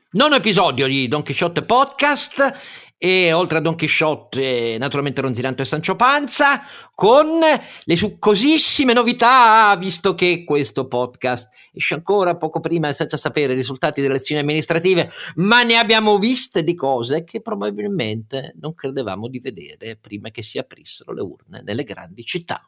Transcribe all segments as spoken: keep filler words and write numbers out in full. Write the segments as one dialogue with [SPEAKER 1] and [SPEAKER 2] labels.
[SPEAKER 1] Nono episodio di Don Chisciotte Podcast, e oltre a Don Chisciotte naturalmente Ronzinante e Sancio Panza, con le succosissime novità, visto che questo podcast esce ancora poco prima senza sapere i risultati delle elezioni amministrative, ma ne abbiamo viste di cose che probabilmente non credevamo di vedere prima che si aprissero le urne nelle grandi città.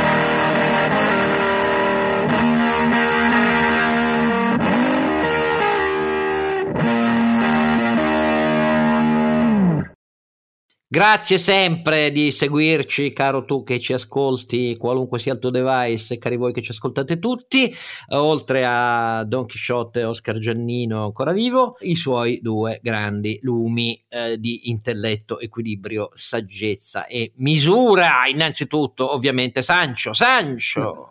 [SPEAKER 1] Grazie sempre di seguirci, caro tu che ci ascolti, qualunque sia il tuo device, e cari voi che ci ascoltate tutti, oltre a Don Chisciotte Oscar Giannino ancora vivo, i suoi due grandi lumi eh, di intelletto, equilibrio, saggezza e misura. Innanzitutto ovviamente Sancio, Sancio.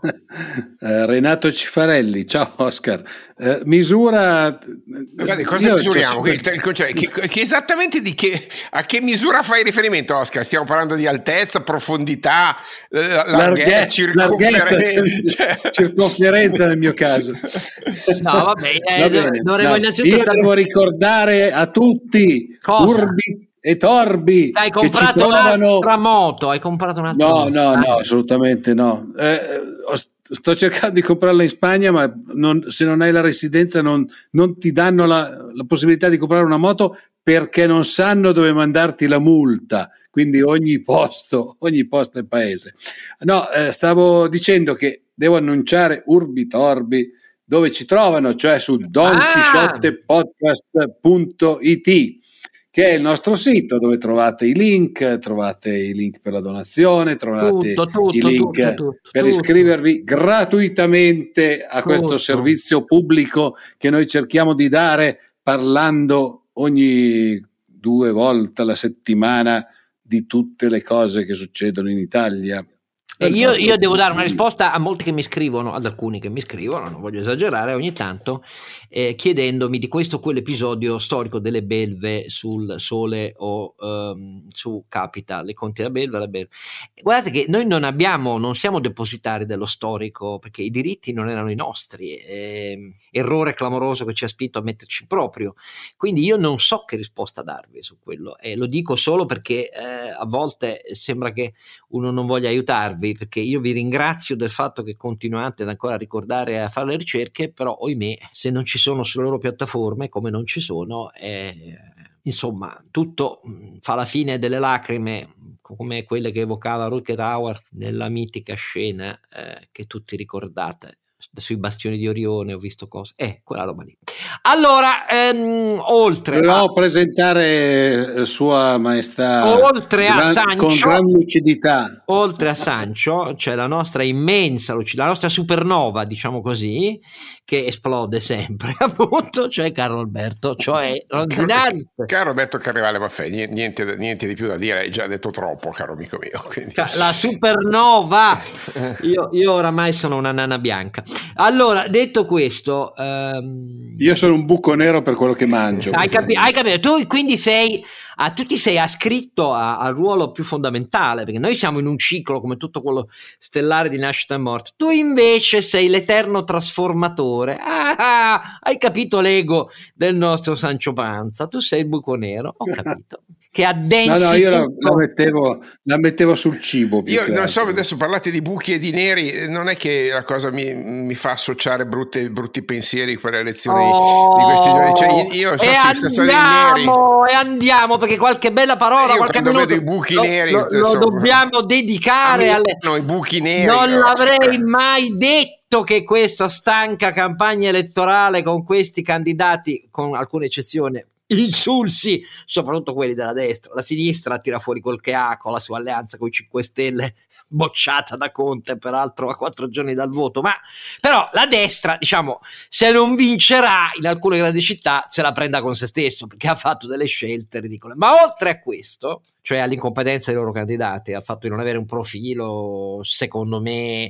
[SPEAKER 2] eh, Renato Cifarelli, ciao Oscar. Eh, misura...
[SPEAKER 3] Guarda, cosa misuriamo? Qui, il, il, cioè, che, che esattamente di che, a che misura fai riferimento, Oscar? Stiamo parlando di altezza, profondità, larghezza, circonferenza,
[SPEAKER 2] cioè... circonferenza nel mio caso.
[SPEAKER 1] No, vabbè, eh, Va bene, dovremmo
[SPEAKER 2] no.
[SPEAKER 1] innanzitutto
[SPEAKER 2] io stare... devo ricordare a tutti
[SPEAKER 1] Cosa?
[SPEAKER 2] urbi e torbi
[SPEAKER 1] hai
[SPEAKER 2] che
[SPEAKER 1] comprato
[SPEAKER 2] ci trovano...
[SPEAKER 1] un'altra moto, hai comprato un'altra
[SPEAKER 2] no,
[SPEAKER 1] moto.
[SPEAKER 2] No, no, no, assolutamente no. Eh, sto cercando di comprarla in Spagna, ma non, se non hai la residenza non, non ti danno la, la possibilità di comprare una moto, perché non sanno dove mandarti la multa, quindi ogni posto, ogni posto è paese. No, eh, stavo dicendo che devo annunciare urbi torbi dove ci trovano, cioè su don chisciotte podcast punto it, che è il nostro sito dove trovate i link, trovate i link per la donazione, trovate
[SPEAKER 1] tutto, tutto,
[SPEAKER 2] i link
[SPEAKER 1] tutto, tutto,
[SPEAKER 2] per
[SPEAKER 1] tutto.
[SPEAKER 2] iscrivervi gratuitamente a questo
[SPEAKER 1] tutto.
[SPEAKER 2] servizio pubblico che noi cerchiamo di dare parlando ogni due volte alla settimana di tutte le cose che succedono in Italia.
[SPEAKER 1] E io, io devo dare una risposta a molti che mi scrivono, ad alcuni che mi scrivono, non voglio esagerare, ogni tanto, eh, chiedendomi di questo o quell'episodio storico delle belve sul Sole o um, su Capita, le conti della belva, la belva. Guardate che noi non abbiamo, non siamo depositari dello storico, perché i diritti non erano i nostri, eh, errore clamoroso che ci ha spinto a metterci proprio, quindi io non so che risposta darvi su quello, e lo dico solo perché eh, a volte sembra che uno non voglia aiutarvi, perché io vi ringrazio del fatto che continuate ad ancora ricordare a fare le ricerche, però ohimè se non ci sono sulle loro piattaforme, come non ci sono, eh, insomma tutto fa la fine delle lacrime, come quelle che evocava Rutger Hauer nella mitica scena eh, che tutti ricordate sui bastioni di Orione. Ho visto cose, eh, quella roba lì. Allora, ehm, oltre
[SPEAKER 2] Dobbiamo
[SPEAKER 1] a
[SPEAKER 2] presentare Sua Maestà
[SPEAKER 1] oltre a
[SPEAKER 2] gran,
[SPEAKER 1] Sancio,
[SPEAKER 2] con gran lucidità.
[SPEAKER 1] Oltre a Sancio c'è la nostra immensa lucidità, la nostra supernova, diciamo così, che esplode sempre, appunto, cioè Carlo Alberto, cioè Ronzinante.
[SPEAKER 3] Caro Alberto Carnevale Maffè, niente, niente di più da dire, hai già detto troppo, caro amico mio. Quindi.
[SPEAKER 1] La supernova, io, io oramai sono una nana bianca. Allora, detto questo, ehm...
[SPEAKER 2] io sono un buco nero per quello che mangio.
[SPEAKER 1] Hai, capi- hai capito? Tu quindi sei, a, tu ti sei ascritto a, al ruolo più fondamentale, perché noi siamo in un ciclo come tutto quello stellare di nascita e morte. Tu invece sei l'eterno trasformatore. Ah, hai capito l'ego del nostro Sancio Panza? Tu sei il buco nero, ho capito. Che addensi
[SPEAKER 2] no no io la, la, mettevo, la mettevo sul cibo.
[SPEAKER 3] Io non so, adesso parlate di buchi e di neri, non è che la cosa mi, mi fa associare brutte, brutti pensieri per le elezioni
[SPEAKER 1] oh,
[SPEAKER 3] di questi giorni, cioè io, io so,
[SPEAKER 1] e andiamo e andiamo perché qualche bella parola,
[SPEAKER 3] io
[SPEAKER 1] qualche
[SPEAKER 3] quando
[SPEAKER 1] minuto
[SPEAKER 3] vedo i buchi
[SPEAKER 1] lo,
[SPEAKER 3] neri
[SPEAKER 1] lo, lo dobbiamo dedicare alle...
[SPEAKER 3] no, i buchi neri
[SPEAKER 1] non
[SPEAKER 3] no.
[SPEAKER 1] l'avrei mai detto che questa stanca campagna elettorale con questi candidati, con alcune eccezioni insulsi, soprattutto quelli della destra, la sinistra tira fuori quel che ha con la sua alleanza con i cinque Stelle bocciata da Conte peraltro a quattro giorni dal voto, ma però la destra, diciamo, se non vincerà in alcune grandi città se la prenda con se stesso, perché ha fatto delle scelte ridicole. Ma oltre a questo, cioè all'incompetenza dei loro candidati, al fatto di non avere un profilo secondo me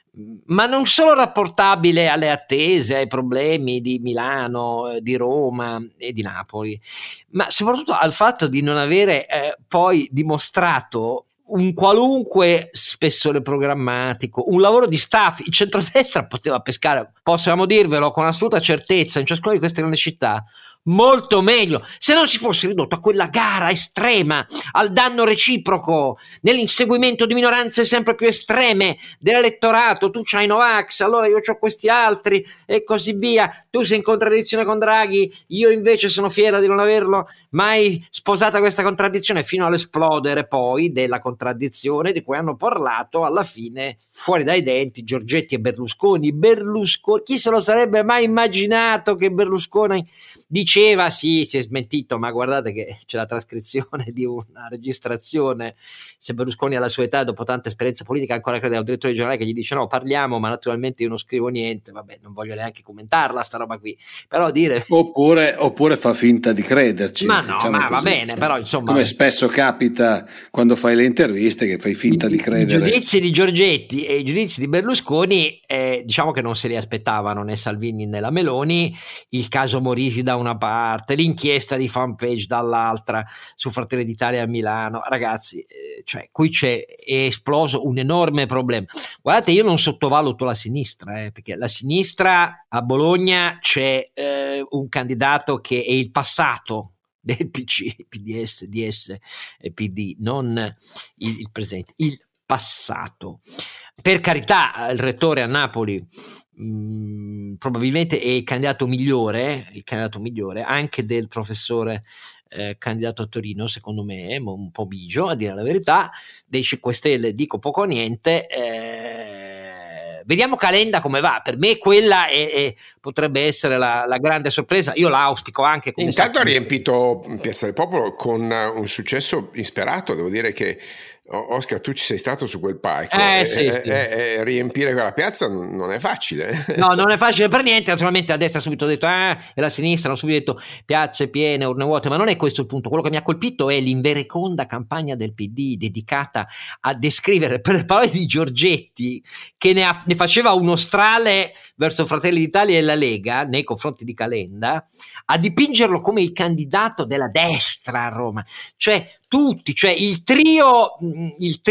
[SPEAKER 1] ma non solo rapportabile alle attese, ai problemi di Milano, di Roma e di Napoli, ma soprattutto al fatto di non avere eh, poi dimostrato un qualunque spessore programmatico, un lavoro di staff. Il centrodestra poteva pescare, possiamo dirvelo con assoluta certezza, in ciascuna di queste grandi città molto meglio se non si fosse ridotto a quella gara estrema, al danno reciproco, nell'inseguimento di minoranze sempre più estreme dell'elettorato. Tu c'hai Novax, allora io c'ho questi altri e così via. Tu sei in contraddizione con Draghi, io invece sono fiera di non averlo mai sposata questa contraddizione, fino all'esplodere poi della contraddizione di cui hanno parlato alla fine fuori dai denti Giorgetti e Berlusconi. Berlusconi, chi se lo sarebbe mai immaginato che Berlusconi diceva, sì, si è smentito, ma guardate che c'è la trascrizione di una registrazione, se Berlusconi alla sua età, dopo tanta esperienza politica, ancora crede al direttore generale che gli dice no, parliamo, ma naturalmente io non scrivo niente, vabbè, non voglio neanche commentarla sta roba qui, però dire...
[SPEAKER 2] Oppure, oppure fa finta di crederci.
[SPEAKER 1] Ma no,
[SPEAKER 2] diciamo
[SPEAKER 1] ma
[SPEAKER 2] così,
[SPEAKER 1] va bene,
[SPEAKER 2] insomma.
[SPEAKER 1] però insomma...
[SPEAKER 2] Come spesso capita quando fai le interviste che fai finta
[SPEAKER 1] I,
[SPEAKER 2] di credere.
[SPEAKER 1] I giudizi di Giorgetti e i giudizi di Berlusconi, eh, diciamo che non se li aspettavano né Salvini né la Meloni, il caso Morisi da una parte, l'inchiesta di Fanpage dall'altra su Fratelli d'Italia a Milano, ragazzi, eh, cioè qui c'è è esploso un enorme problema. Guardate, io non sottovaluto la sinistra, eh, perché la sinistra a Bologna c'è eh, un candidato che è il passato del P C, P D S, D S e P D, non il, il presente, il passato. Per carità, il rettore a Napoli mh, probabilmente è il candidato migliore, il candidato migliore anche del professore eh, candidato a Torino, secondo me, un po' bigio, a dire la verità. Dei cinque Stelle dico poco o niente. Eh, vediamo Calenda come va. Per me quella è, è, potrebbe essere la, la grande sorpresa. Io la auspico anche. Come
[SPEAKER 3] intanto ha riempito Piazza del Popolo con un successo insperato, devo dire che Oscar, tu ci sei stato su quel palco,
[SPEAKER 1] eh,
[SPEAKER 3] e,
[SPEAKER 1] sì,
[SPEAKER 3] e,
[SPEAKER 1] sì.
[SPEAKER 3] E, e riempire quella piazza non è facile.
[SPEAKER 1] No, non è facile per niente. Naturalmente a destra ha subito detto ah, e la sinistra hanno subito detto piazze piene, urne vuote, ma non è questo il punto. Quello che mi ha colpito è l'invereconda campagna del P D dedicata a descrivere, per le parole di Giorgetti, che ne, ha, ne faceva uno strale verso Fratelli d'Italia e la Lega nei confronti di Calenda, a dipingerlo come il candidato della destra a Roma, cioè tutti, cioè il trio, il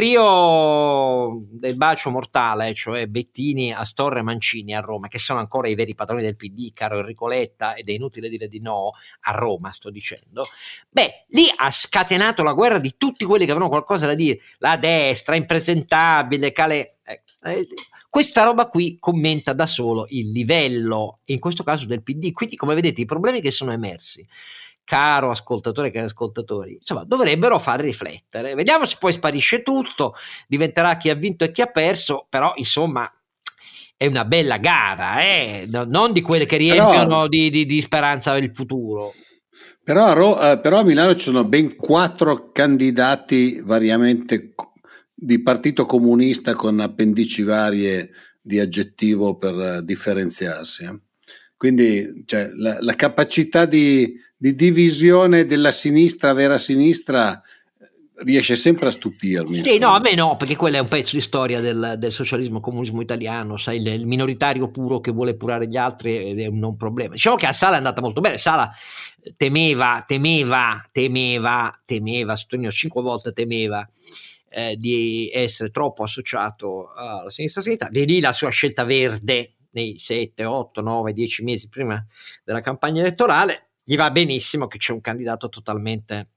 [SPEAKER 1] trio del bacio mortale, cioè Bettini, Astorre e Mancini a Roma, che sono ancora i veri padroni del P D, caro Enrico Letta, ed è inutile dire di no, a Roma sto dicendo. Beh, lì ha scatenato la guerra di tutti quelli che avevano qualcosa da dire, la destra, impresentabile, Calè. Eh, questa roba qui commenta da solo il livello, in questo caso del P D, quindi come vedete i problemi che sono emersi, caro ascoltatore e cari ascoltatori, insomma dovrebbero far riflettere. Vediamo se poi sparisce tutto, diventerà chi ha vinto e chi ha perso, però insomma è una bella gara, eh? Non di quelle che riempiono però, di, di, di speranza per il futuro.
[SPEAKER 2] Però a, Ro- eh, però a Milano ci sono ben quattro candidati variamente di partito comunista con appendici varie di aggettivo per uh, differenziarsi. Eh? Quindi cioè, la, la capacità di, di divisione della sinistra, vera sinistra, riesce sempre a stupirmi.
[SPEAKER 1] Sì, insomma. No, a me no, perché quello è un pezzo di storia del, del socialismo comunismo italiano, sai, il, il minoritario puro che vuole purare gli altri è un non problema. Diciamo che a Sala è andata molto bene, Sala temeva, temeva, temeva, temeva, sottolineo cinque volte temeva, Eh, di essere troppo associato alla sinistra sanitaria, di lì la sua scelta verde nei sette, otto, nove, dieci mesi prima della campagna elettorale. Gli va benissimo che c'è un candidato totalmente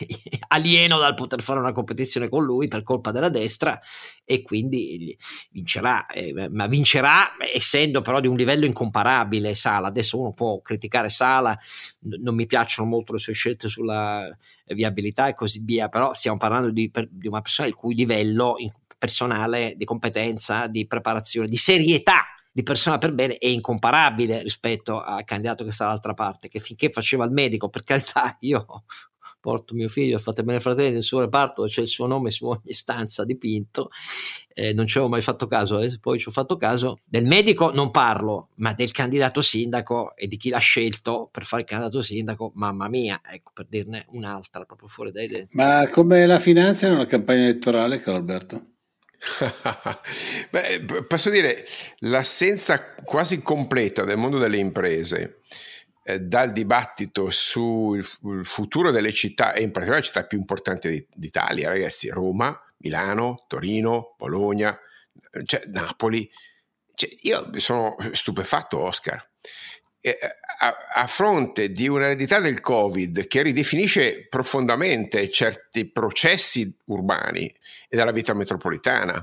[SPEAKER 1] alieno dal poter fare una competizione con lui per colpa della destra, e quindi vincerà, eh, ma vincerà essendo però di un livello incomparabile Sala. Adesso uno può criticare Sala, n- non mi piacciono molto le sue scelte sulla viabilità e così via, però stiamo parlando di, per, di una persona il cui livello personale di competenza, di preparazione, di serietà di persona per bene è incomparabile rispetto al candidato che sta dall'altra parte, che finché faceva il medico, per carità, io porto mio figlio a Fate Bene Fratelli nel suo reparto, c'è il suo nome su ogni stanza dipinto, eh, non ci avevo mai fatto caso, eh. Poi ci ho fatto caso. Del medico non parlo, ma del candidato sindaco e di chi l'ha scelto per fare il candidato sindaco, mamma mia, ecco, per dirne un'altra proprio fuori dai denti.
[SPEAKER 2] Ma come la finanziano la campagna elettorale, caro Alberto?
[SPEAKER 3] Beh, posso dire, l'assenza quasi completa del mondo delle imprese eh, dal dibattito sul futuro delle città, e in particolare le città più importanti d'Italia, ragazzi, Roma, Milano, Torino, Bologna, cioè Napoli. Cioè, io sono stupefatto, Oscar. a, a fronte di un'eredità del Covid che ridefinisce profondamente certi processi urbani e della vita metropolitana,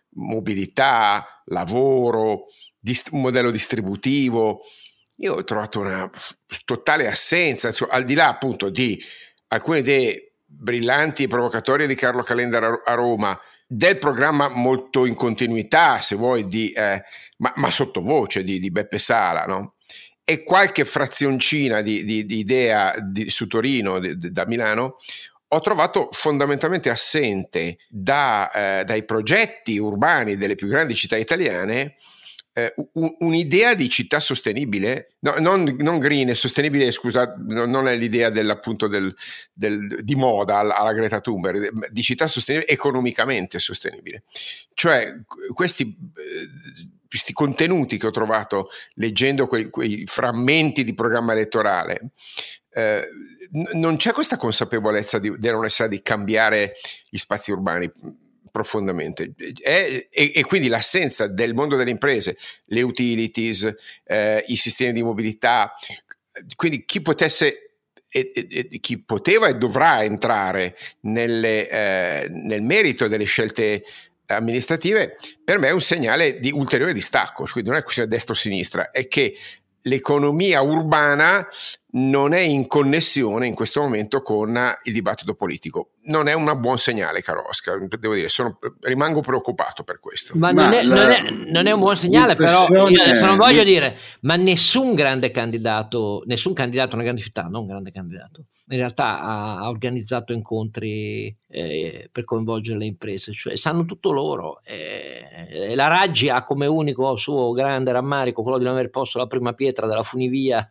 [SPEAKER 3] mobilità, lavoro, dist- un modello distributivo, io ho trovato una totale assenza, cioè, al di là appunto di alcune idee brillanti e provocatorie di Carlo Calenda a Roma, del programma molto in continuità, se vuoi, di, eh, ma, ma sottovoce di, di Beppe Sala, no? E qualche frazioncina di, di, di idea di, su Torino, di, di, da Milano, ho trovato fondamentalmente assente da, eh, dai progetti urbani delle più grandi città italiane eh, un, un'idea di città sostenibile, no, non, non green, è sostenibile, scusa, non è l'idea dell'appunto del, del, di moda alla, alla Greta Thunberg, di città sostenibile, economicamente sostenibile. Cioè questi, questi contenuti che ho trovato leggendo quei, quei frammenti di programma elettorale, eh, non c'è questa consapevolezza di, della necessità di cambiare gli spazi urbani profondamente, e, e, e quindi l'assenza del mondo delle imprese, le utilities, eh, i sistemi di mobilità, quindi chi potesse e, e, e chi poteva e dovrà entrare nelle, eh, nel merito delle scelte amministrative, per me è un segnale di ulteriore distacco, quindi non è questione destra o sinistra, è che l'economia urbana non è in connessione in questo momento con il dibattito politico. Non è un buon segnale, caro Oscar, devo dire, sono, rimango preoccupato per questo.
[SPEAKER 1] Ma, ma non, è, la, non, è, non è un buon segnale, però io adesso non voglio dire, ma nessun grande candidato, nessun candidato in una grande città, non grande candidato, in realtà ha, ha organizzato incontri eh, per coinvolgere le imprese, cioè sanno tutto loro. Eh, la Raggi ha come unico suo grande rammarico quello di non aver posto la prima pietra della funivia.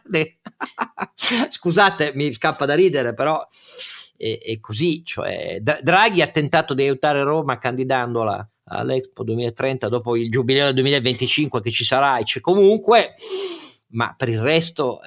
[SPEAKER 1] Scusate, mi scappa da ridere, però è, è così, cioè Draghi ha tentato di aiutare Roma candidandola all'Expo duemilatrenta dopo il giubileo del duemilaventicinque che ci sarà e c'è comunque, ma per il resto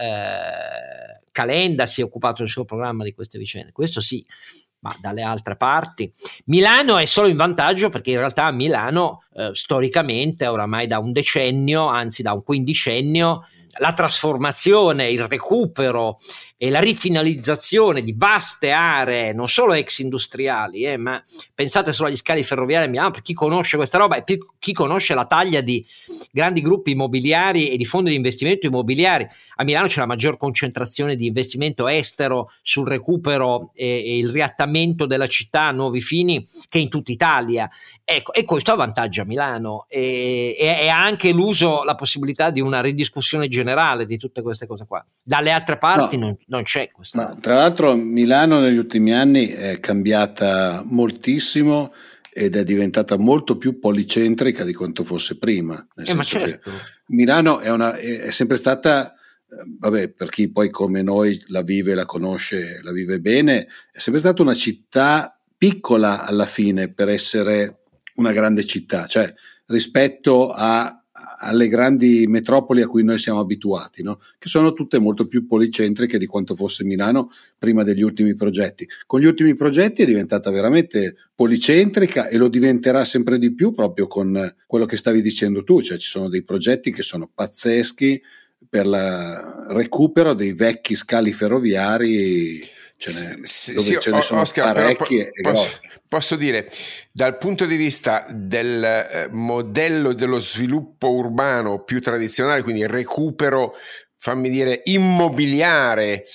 [SPEAKER 1] eh, Calenda si è occupato del suo programma di queste vicende, questo sì. Ma dalle altre parti Milano è solo in vantaggio perché in realtà Milano eh, storicamente oramai da un decennio, anzi da un quindicennio, la trasformazione, il recupero e la rifinalizzazione di vaste aree, non solo ex industriali, eh, ma pensate solo agli scali ferroviari a Milano, per chi conosce questa roba e per chi conosce la taglia di grandi gruppi immobiliari e di fondi di investimento immobiliari. A Milano c'è la maggior concentrazione di investimento estero sul recupero e, e il riattamento della città a nuovi fini che in tutta Italia. Ecco, e questo avvantaggia Milano e, e, e ha anche l'uso, la possibilità di una ridiscussione generale di tutte queste cose qua. Dalle altre parti no, non, non c'è questo.
[SPEAKER 2] Ma tra l'altro Milano negli ultimi anni è cambiata moltissimo ed è diventata molto più policentrica di quanto fosse prima. Nel
[SPEAKER 1] eh, ma
[SPEAKER 2] senso
[SPEAKER 1] certo.
[SPEAKER 2] che Milano è, una, è sempre stata, vabbè, per chi poi come noi la vive, la conosce, la vive bene, è sempre stata una città piccola alla fine per essere una grande città, cioè rispetto a, alle grandi metropoli a cui noi siamo abituati, no? Che sono tutte molto più policentriche di quanto fosse Milano prima degli ultimi progetti. Con gli ultimi progetti è diventata veramente policentrica e lo diventerà sempre di più proprio con quello che stavi dicendo tu, cioè ci sono dei progetti che sono pazzeschi per il recupero dei vecchi scali ferroviari, ce ne,
[SPEAKER 3] sì,
[SPEAKER 2] dove
[SPEAKER 3] sì,
[SPEAKER 2] ce ne sono
[SPEAKER 3] Oscar,
[SPEAKER 2] parecchi
[SPEAKER 3] però,
[SPEAKER 2] e
[SPEAKER 3] posso,
[SPEAKER 2] grossi.
[SPEAKER 3] Posso dire, dal punto di vista del eh, modello dello sviluppo urbano più tradizionale, quindi il recupero, fammi dire, immobiliare,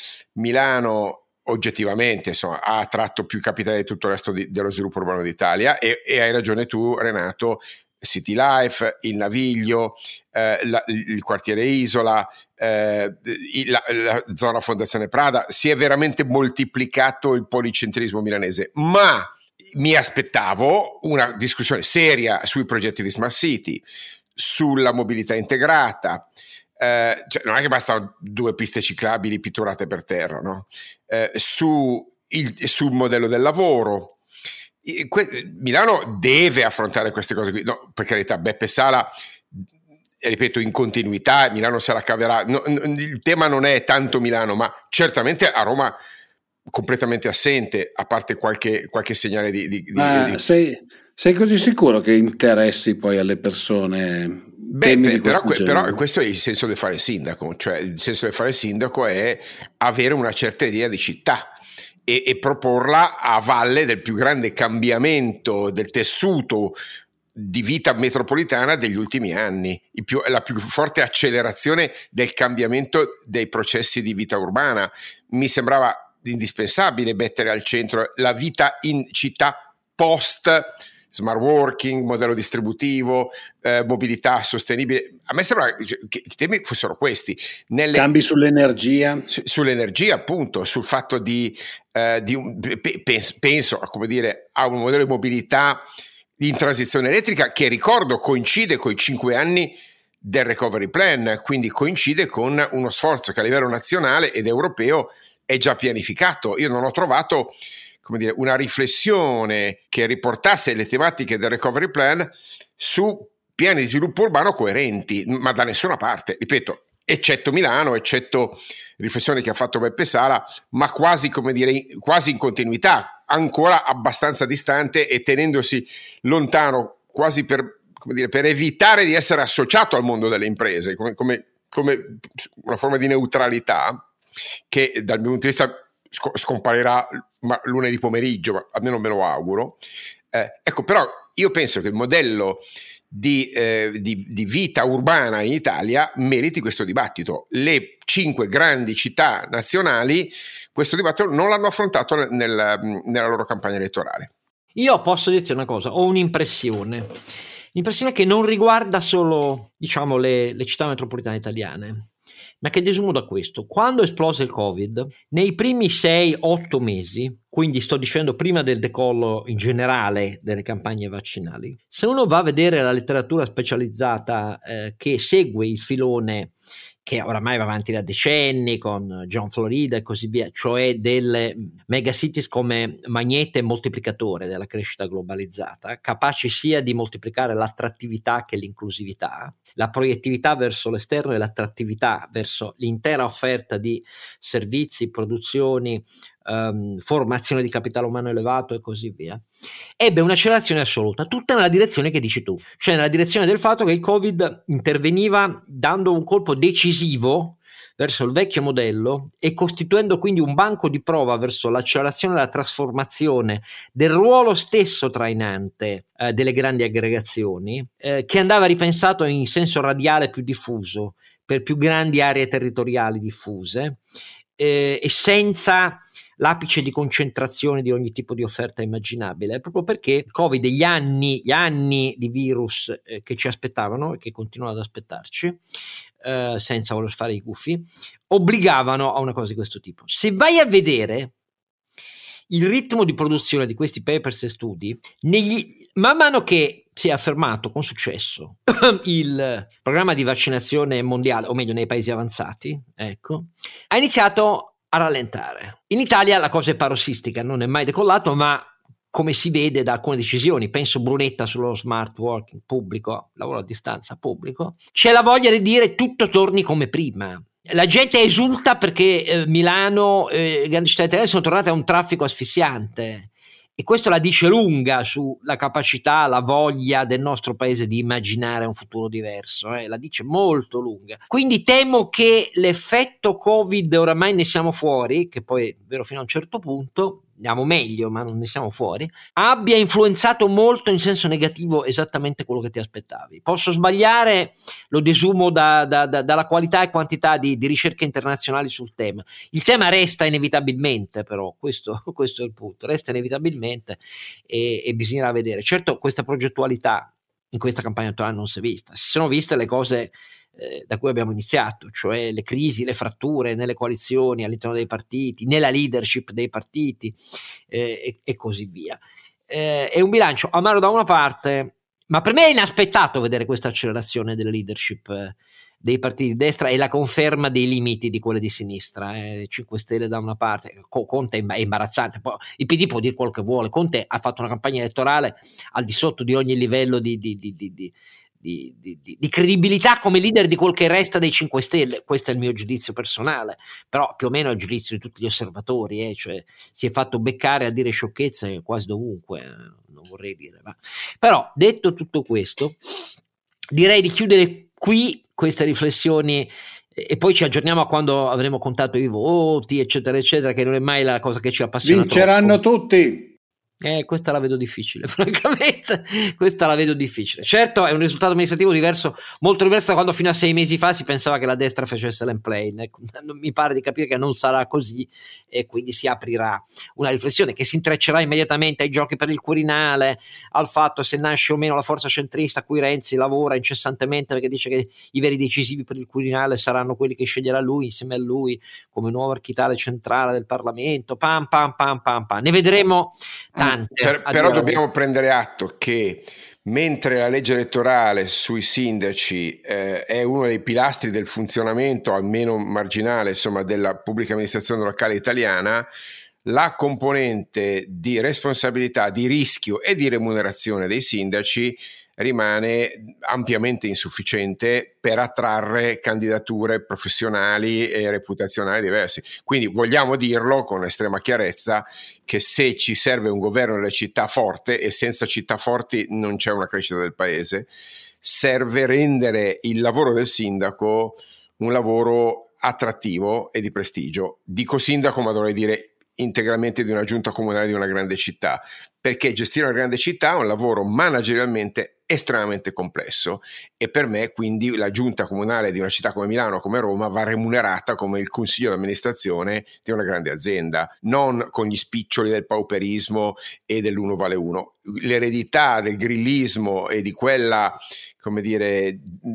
[SPEAKER 3] Milano oggettivamente insomma, ha attratto più capitale di tutto il resto di, dello sviluppo urbano d'Italia e, e hai ragione tu, Renato, City Life, il Naviglio, eh, la, il quartiere Isola, eh, la, la zona Fondazione Prada, si è veramente moltiplicato il policentrismo milanese, ma mi aspettavo una discussione seria sui progetti di Smart City, sulla mobilità integrata, eh, cioè non è che bastano due piste ciclabili pitturate per terra, no? eh, su il, sul modello del lavoro. Milano deve affrontare queste cose qui, no, per carità, Beppe Sala, ripeto, in continuità, Milano se la caverà, no, il tema non è tanto Milano, ma certamente a Roma completamente assente, a parte qualche, qualche segnale di, di,
[SPEAKER 2] ma
[SPEAKER 3] di...
[SPEAKER 2] Sei, sei così sicuro che interessi poi alle persone
[SPEAKER 3] Beh, beh però, però questo è il senso del fare il sindaco, cioè il senso del fare il sindaco è avere una certa idea di città e, e proporla a valle del più grande cambiamento del tessuto di vita metropolitana degli ultimi anni, il più, la più forte accelerazione del cambiamento dei processi di vita urbana. Mi sembrava indispensabile mettere al centro la vita in città post smart working, modello distributivo, eh, mobilità sostenibile. A me sembra che i temi fossero questi. Nelle,
[SPEAKER 2] cambi sull'energia.
[SPEAKER 3] Su, sull'energia, appunto, sul fatto di, eh, di un, penso, penso, come dire, a un modello di mobilità in transizione elettrica che, ricordo, coincide con i cinque anni del recovery plan, quindi coincide con uno sforzo che a livello nazionale ed europeo è già pianificato. Io non ho trovato, come dire, una riflessione che riportasse le tematiche del recovery plan su piani di sviluppo urbano coerenti, ma da nessuna parte, ripeto, eccetto Milano, eccetto riflessioni che ha fatto Beppe Sala, ma quasi, come dire, quasi in continuità, ancora abbastanza distante e tenendosi lontano, quasi per, come dire, per evitare di essere associato al mondo delle imprese, come, come, come una forma di neutralità che dal mio punto di vista scomparirà ma lunedì pomeriggio, ma almeno me lo auguro. Eh, ecco, però io penso che il modello di, eh, di, di vita urbana in Italia meriti questo dibattito. Le cinque grandi città nazionali questo dibattito non l'hanno affrontato nel, nella loro campagna elettorale.
[SPEAKER 1] Io posso dirti una cosa, ho un'impressione, l'impressione che non riguarda solo, diciamo, le, le città metropolitane italiane, ma che desumo da questo. Quando esplose il Covid, nei primi sei otto mesi, quindi sto dicendo prima del decollo in generale delle campagne vaccinali, se uno va a vedere la letteratura specializzata eh, che segue il filone che oramai va avanti da decenni con John Florida e così via, cioè delle megacities come magnete moltiplicatore della crescita globalizzata, capaci sia di moltiplicare l'attrattività che l'inclusività, la proiettività verso l'esterno e l'attrattività verso l'intera offerta di servizi, produzioni, um, formazione di capitale umano elevato e così via, ebbe un'accelerazione assoluta, tutta nella direzione che dici tu, cioè nella direzione del fatto che il Covid interveniva dando un colpo decisivo verso il vecchio modello e costituendo quindi un banco di prova verso l'accelerazione e la trasformazione del ruolo stesso trainante eh, delle grandi aggregazioni, eh, che andava ripensato in senso radiale più diffuso, per più grandi aree territoriali diffuse, eh, e senza l'apice di concentrazione di ogni tipo di offerta immaginabile, proprio perché il Covid e gli anni, gli anni di virus eh, che ci aspettavano e che continuano ad aspettarci, eh, senza voler fare i gufi, obbligavano a una cosa di questo tipo. Se vai a vedere il ritmo di produzione di questi papers e studi, negli, man mano che si è affermato con successo il programma di vaccinazione mondiale, o meglio nei paesi avanzati, ecco, ha iniziato a rallentare. In Italia la cosa è parossistica, non è mai decollato, ma come si vede da alcune decisioni, penso Brunetta sullo smart working pubblico, lavoro a distanza pubblico, c'è la voglia di dire tutto torni come prima. La gente esulta perché eh, Milano e eh, grandi città italiane sono tornate a un traffico asfissiante. E questo la dice lunga sulla capacità, la voglia del nostro paese di immaginare un futuro diverso, eh? La dice molto lunga. Quindi temo che l'effetto Covid, oramai ne siamo fuori, che poi è vero fino a un certo punto, andiamo meglio ma non ne siamo fuori, abbia influenzato molto in senso negativo esattamente quello che ti aspettavi. Posso sbagliare, lo desumo da, da, da, dalla qualità e quantità di, di ricerche internazionali sul tema. Il tema resta inevitabilmente, però questo, questo è il punto, resta inevitabilmente e, e bisognerà vedere. Certo, questa progettualità in questa campagna elettorale non si è vista, si sono viste le cose eh, da cui abbiamo iniziato, cioè le crisi, le fratture nelle coalizioni, all'interno dei partiti, nella leadership dei partiti eh, e, e così via. Eh, è un bilancio amaro da una parte, ma per me è inaspettato vedere questa accelerazione delle leadership eh, dei partiti di destra e la conferma dei limiti di quelle di sinistra, eh, cinque Stelle da una parte, Conte è imbarazzante, poi il P D può dire quello che vuole, Conte ha fatto una campagna elettorale al di sotto di ogni livello di, di, di, di, di Di, di, di credibilità come leader di quel che resta dei cinque Stelle. Questo è il mio giudizio personale, però più o meno è il giudizio di tutti gli osservatori, eh? Cioè, si è fatto beccare a dire sciocchezze quasi dovunque, non vorrei dire, ma... però detto tutto questo direi di chiudere qui queste riflessioni, e poi ci aggiorniamo a quando avremo contato i voti, eccetera, eccetera, che non è mai la cosa che ci appassiona.
[SPEAKER 2] Vinceranno
[SPEAKER 1] troppo.
[SPEAKER 2] tutti.
[SPEAKER 1] Eh, questa la vedo difficile, francamente, questa la vedo difficile. Certo, è un risultato amministrativo diverso, molto diverso da quando fino a sei mesi fa si pensava che la destra facesse l'emplain. Ecco, mi pare di capire che non sarà così, e quindi si aprirà una riflessione che si intreccerà immediatamente ai giochi per il Quirinale, al fatto se nasce o meno la forza centrista a cui Renzi lavora incessantemente, perché dice che i veri decisivi per il Quirinale saranno quelli che sceglierà lui insieme a lui come nuovo architare centrale del Parlamento. Pam pam pam pam pam. Ne vedremo tanti.
[SPEAKER 3] Per, però dobbiamo prendere atto che mentre la legge elettorale sui sindaci eh, è uno dei pilastri del funzionamento, almeno marginale, insomma, della pubblica amministrazione locale italiana, la componente di responsabilità, di rischio e di remunerazione dei sindaci rimane ampiamente insufficiente per attrarre candidature professionali e reputazionali diverse. Quindi vogliamo dirlo con estrema chiarezza che se ci serve un governo delle città forte, e senza città forti non c'è una crescita del paese, serve rendere il lavoro del sindaco un lavoro attrattivo e di prestigio. Dico sindaco, ma dovrei dire integralmente di una giunta comunale di una grande città, perché gestire una grande città è un lavoro managerialmente estremamente complesso, e per me quindi la giunta comunale di una città come Milano o come Roma va remunerata come il consiglio di amministrazione di una grande azienda, non con gli spiccioli del pauperismo e dell'uno vale uno. L'eredità del grillismo e di quella, come dire,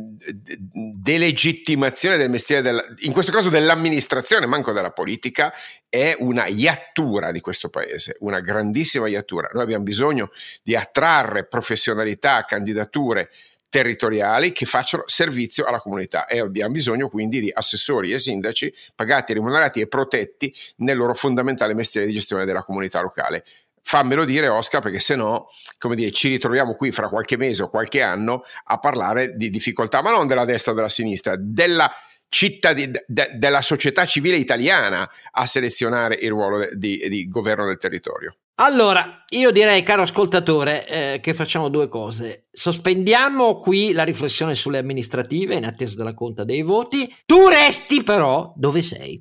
[SPEAKER 3] delegittimazione del mestiere, della, in questo caso dell'amministrazione, manco della politica, è una iattura di questo paese, una grandissima iattura. Noi abbiamo bisogno di attrarre professionalità, candidature territoriali che facciano servizio alla comunità, e abbiamo bisogno quindi di assessori e sindaci pagati, remunerati e protetti nel loro fondamentale mestiere di gestione della comunità locale. Fammelo dire, Oscar, perché se no, come dire, ci ritroviamo qui fra qualche mese o qualche anno a parlare di difficoltà, ma non della destra o della sinistra, della città di, de, della società civile italiana a selezionare il ruolo de, di, di governo del territorio.
[SPEAKER 1] Allora, io direi, caro ascoltatore, eh, che facciamo due cose. Sospendiamo qui la riflessione sulle amministrative in attesa della conta dei voti. Tu resti però dove sei.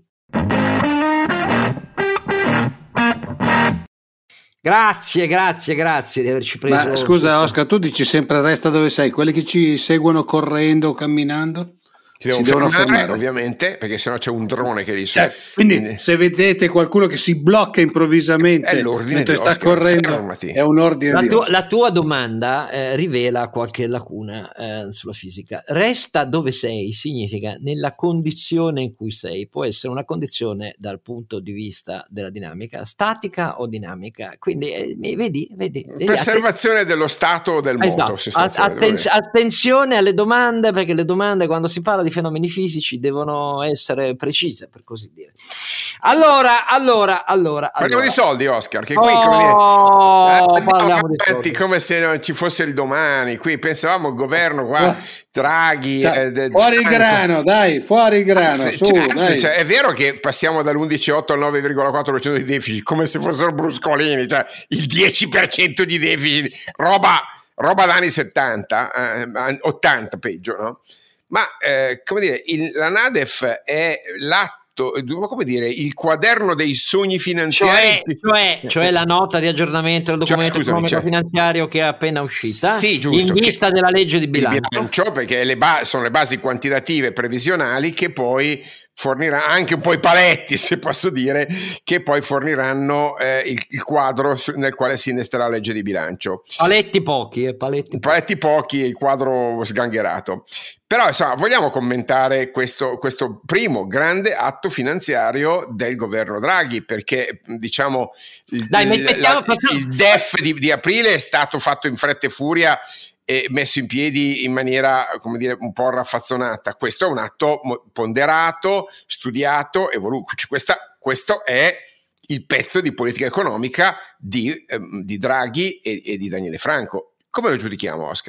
[SPEAKER 1] Grazie, grazie, grazie di averci preso.
[SPEAKER 2] Ma scusa Oscar, tu dici sempre resta dove sei, quelli che ci seguono correndo o camminando?
[SPEAKER 3] Ti devono, devono fermare, fermare ovviamente, perché sennò c'è un drone che dice.
[SPEAKER 2] Cioè, quindi, quindi se vedete qualcuno che si blocca improvvisamente mentre sta Oscar, correndo, fermati. È un ordine
[SPEAKER 1] la
[SPEAKER 2] di
[SPEAKER 1] tua, la tua domanda eh, rivela qualche lacuna eh, sulla fisica. Resta dove sei significa nella condizione in cui sei. Può essere una condizione dal punto di vista della dinamica statica o dinamica. Quindi eh, vedi, vedi, vedi
[SPEAKER 3] preservazione atten- dello stato del moto.
[SPEAKER 1] Esatto. Atten- attenzione alle domande, perché le domande, quando si parla di fenomeni fisici, devono essere precise, per così dire. Allora, allora, allora.
[SPEAKER 3] Parliamo
[SPEAKER 1] allora.
[SPEAKER 3] di soldi, Oscar, che qui
[SPEAKER 1] oh,
[SPEAKER 3] come, dire, eh,
[SPEAKER 1] parliamo di
[SPEAKER 3] soldi. Come se non ci fosse il domani. Qui pensavamo il governo qua, Draghi.
[SPEAKER 2] Cioè,
[SPEAKER 3] eh,
[SPEAKER 2] fuori il grano, dai, fuori il grano.
[SPEAKER 3] Anzi,
[SPEAKER 2] su,
[SPEAKER 3] cioè,
[SPEAKER 2] dai.
[SPEAKER 3] Cioè, è vero che passiamo dall'undici virgola otto al nove virgola quattro per cento di deficit, come se fossero bruscolini, cioè il dieci per cento di deficit, roba, roba d'anni settanta, eh, ottanta peggio, no? Ma eh, come dire, il, la NADEF è l'atto, come dire, il quaderno dei sogni finanziari,
[SPEAKER 1] cioè, cioè, cioè la nota di aggiornamento del documento
[SPEAKER 3] cioè,
[SPEAKER 1] economico
[SPEAKER 3] cioè,
[SPEAKER 1] finanziario che è appena uscita,
[SPEAKER 3] sì, giusto,
[SPEAKER 1] in vista
[SPEAKER 3] che,
[SPEAKER 1] della legge di bilancio,
[SPEAKER 3] di bilancio perché le ba- sono le basi quantitative previsionali che poi fornirà anche un po' i paletti, se posso dire, che poi forniranno eh, il, il quadro su, nel quale si innesterà la legge di bilancio.
[SPEAKER 1] Paletti pochi, eh, paletti,
[SPEAKER 3] paletti pochi e il quadro sgangherato. Però insomma, vogliamo commentare questo, questo primo grande atto finanziario del governo Draghi, perché diciamo il,
[SPEAKER 1] Dai,
[SPEAKER 3] il, la,
[SPEAKER 1] facciamo...
[SPEAKER 3] il D E F di, di aprile è stato fatto in fretta e furia e messo in piedi in maniera, come dire, un po' raffazzonata. Questo è un atto ponderato, studiato e voluto. Questa, questo è il pezzo di politica economica di, eh, di Draghi e, e di Daniele Franco. Come lo giudichiamo, Oscar?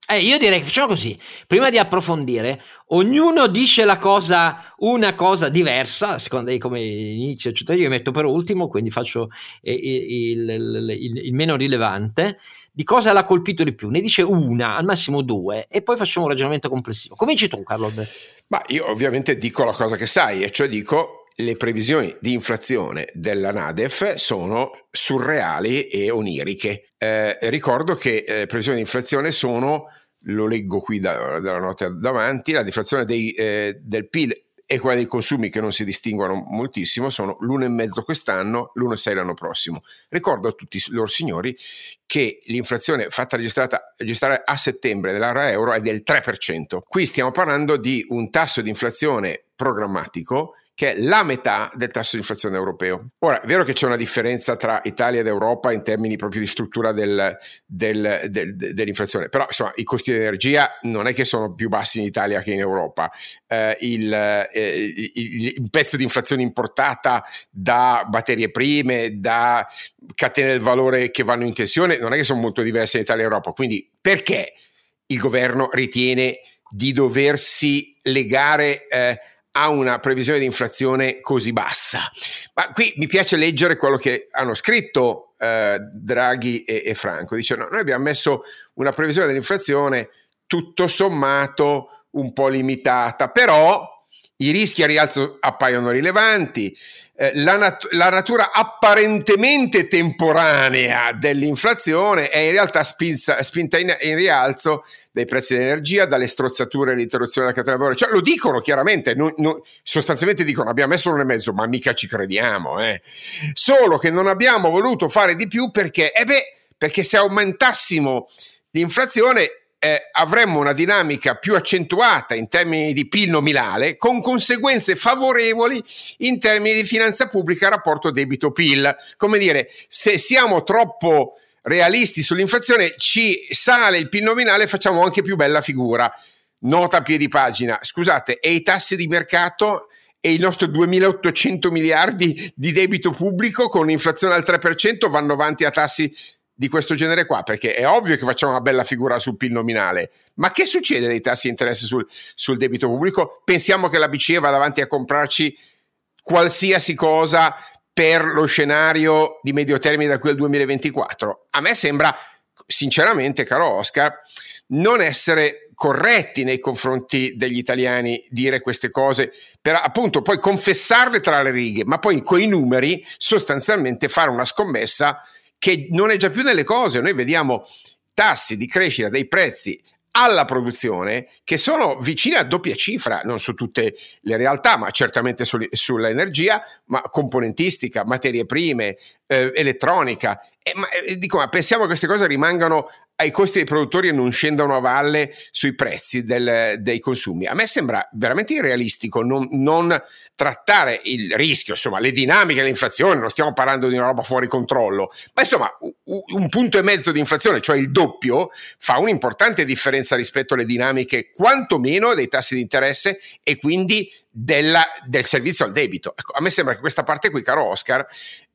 [SPEAKER 1] Eh, io direi che facciamo così, prima di approfondire, ognuno dice la cosa, una cosa diversa, secondo me come inizio, eccetera. Io metto per ultimo, quindi faccio eh, il, il, il, il meno rilevante, di cosa l'ha colpito di più, ne dice una, al massimo due, e poi facciamo un ragionamento complessivo. Cominci tu, Carlo Alberto.
[SPEAKER 3] Ma io ovviamente dico la cosa che sai, e cioè dico le previsioni di inflazione della NADEF sono surreali e oniriche. Eh, ricordo che le eh, previsioni di inflazione sono, lo leggo qui da, dalla nota davanti, la deflazione dei, eh, del P I L e quella dei consumi, che non si distinguono moltissimo, sono l'uno virgola cinque quest'anno, l'uno virgola sei l'anno prossimo. Ricordo a tutti loro signori che l'inflazione fatta registrata, registrare a settembre nell'area euro è del tre per cento. Qui stiamo parlando di un tasso di inflazione programmatico che è la metà del tasso di inflazione europeo. Ora, è vero che c'è una differenza tra Italia ed Europa in termini proprio di struttura del, del, del, dell'inflazione, però insomma i costi di energia non è che sono più bassi in Italia che in Europa. Eh, il, eh, il, il pezzo di inflazione importata da materie prime, da catene del valore che vanno in tensione, non è che sono molto diverse in Italia e Europa. Quindi perché il governo ritiene di doversi legare eh, a una previsione di inflazione così bassa? Ma qui mi piace leggere quello che hanno scritto eh, Draghi e, e Franco. Dice: no, noi abbiamo messo una previsione dell'inflazione tutto sommato un po' limitata, però i rischi a rialzo appaiono rilevanti, eh, la, nat- la natura apparentemente temporanea dell'inflazione è in realtà spinza, spinta in, in rialzo dai prezzi dell'energia, dalle strozzature e l'interruzione della catena del valore. Cioè lo dicono chiaramente, non, non, sostanzialmente dicono abbiamo messo l'uno e mezzo, ma mica ci crediamo, eh. Solo che non abbiamo voluto fare di più perché, eh beh, perché se aumentassimo l'inflazione Eh, avremmo una dinamica più accentuata in termini di P I L nominale, con conseguenze favorevoli in termini di finanza pubblica rapporto debito-P I L. Come dire, se siamo troppo realisti sull'inflazione ci sale il P I L nominale e facciamo anche più bella figura. Nota a piedi pagina: scusate, e i tassi di mercato e il nostro duemilaottocento miliardi di debito pubblico con un'inflazione al tre per cento vanno avanti a tassi di questo genere qua, perché è ovvio che facciamo una bella figura sul P I L nominale, ma che succede dei tassi di interesse sul, sul debito pubblico? Pensiamo che la B C E vada avanti a comprarci qualsiasi cosa per lo scenario di medio termine da qui al duemilaventiquattro? A me sembra, sinceramente, caro Oscar, non essere corretti nei confronti degli italiani dire queste cose, per appunto poi confessarle tra le righe, ma poi coi numeri sostanzialmente fare una scommessa che non è già più nelle cose. Noi vediamo tassi di crescita dei prezzi alla produzione che sono vicini a doppia cifra, non su tutte le realtà, ma certamente sul, sull'energia, ma componentistica, materie prime, eh, elettronica. E, ma, eh, dico, ma pensiamo che queste cose rimangano ai costi dei produttori e non scendano a valle sui prezzi del, dei consumi? A me sembra veramente irrealistico non, non trattare il rischio, insomma, le dinamiche dell'inflazione. Non stiamo parlando di una roba fuori controllo, ma insomma un punto e mezzo di inflazione, cioè il doppio, fa un'importante differenza rispetto alle dinamiche quantomeno dei tassi di interesse e quindi della, del servizio al debito. Ecco, a me sembra che questa parte qui, caro Oscar,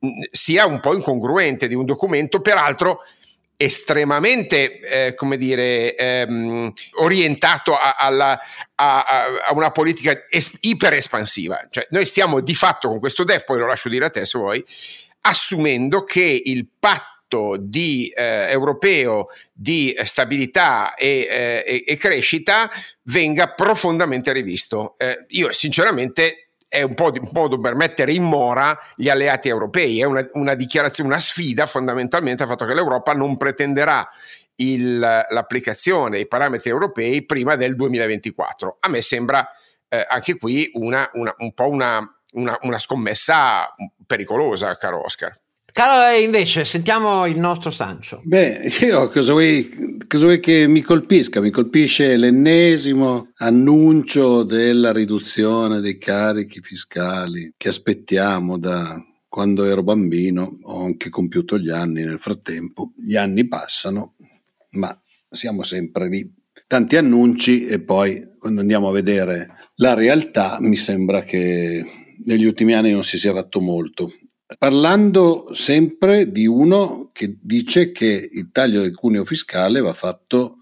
[SPEAKER 3] sia un po' incongruente di un documento peraltro estremamente, eh, come dire, ehm, orientato a, alla, a, a una politica es- iper espansiva. Cioè, noi stiamo di fatto con questo D E F, poi lo lascio dire a te se vuoi, assumendo che il patto di eh, europeo di stabilità e, eh, e crescita venga profondamente rivisto. Eh, io sinceramente è un po' di un modo per mettere in mora gli alleati europei, è una, una dichiarazione, una sfida fondamentalmente al fatto che l'Europa non pretenderà il, l'applicazione dei parametri europei prima del duemilaventiquattro. A me sembra eh, anche qui una, una, un po' una, una, una scommessa pericolosa, caro Oscar.
[SPEAKER 1] Caro, invece, sentiamo il nostro Sancio.
[SPEAKER 2] Beh, io cosa vuoi, cosa vuoi che mi colpisca? Mi colpisce l'ennesimo annuncio della riduzione dei carichi fiscali che aspettiamo da quando ero bambino. Ho anche compiuto gli anni nel frattempo. Gli anni passano, ma siamo sempre lì. Tanti annunci e poi quando andiamo a vedere la realtà mi sembra che negli ultimi anni non si sia fatto molto. Parlando sempre di uno che dice che il taglio del cuneo fiscale va fatto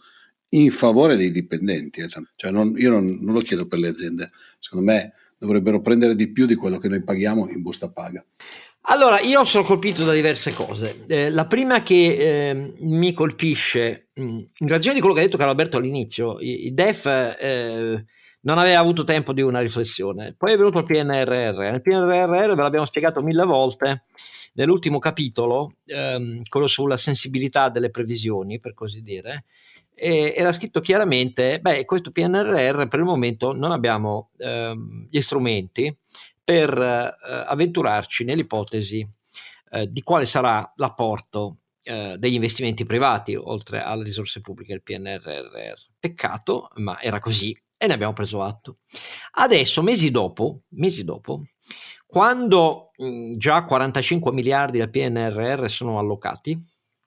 [SPEAKER 2] in favore dei dipendenti, eh. Cioè non, io non, non lo chiedo per le aziende, secondo me dovrebbero prendere di più di quello che noi paghiamo in busta paga.
[SPEAKER 1] Allora, io sono colpito da diverse cose. Eh, la prima che eh, mi colpisce, mh, in ragione di quello che ha detto Carlo Alberto all'inizio, il D E F eh, non aveva avuto tempo di una riflessione, poi è venuto il P N R R. Nel P N R R ve l'abbiamo spiegato mille volte, nell'ultimo capitolo, ehm, quello sulla sensibilità delle previsioni, per così dire, e era scritto chiaramente, beh, questo P N R R per il momento non abbiamo ehm, gli strumenti per eh, avventurarci nell'ipotesi eh, di quale sarà l'apporto eh, degli investimenti privati oltre alle risorse pubbliche del P N R R. Peccato, ma era così e ne abbiamo preso atto. Adesso, mesi dopo, mesi dopo, quando mh, già quarantacinque miliardi del P N R R sono allocati,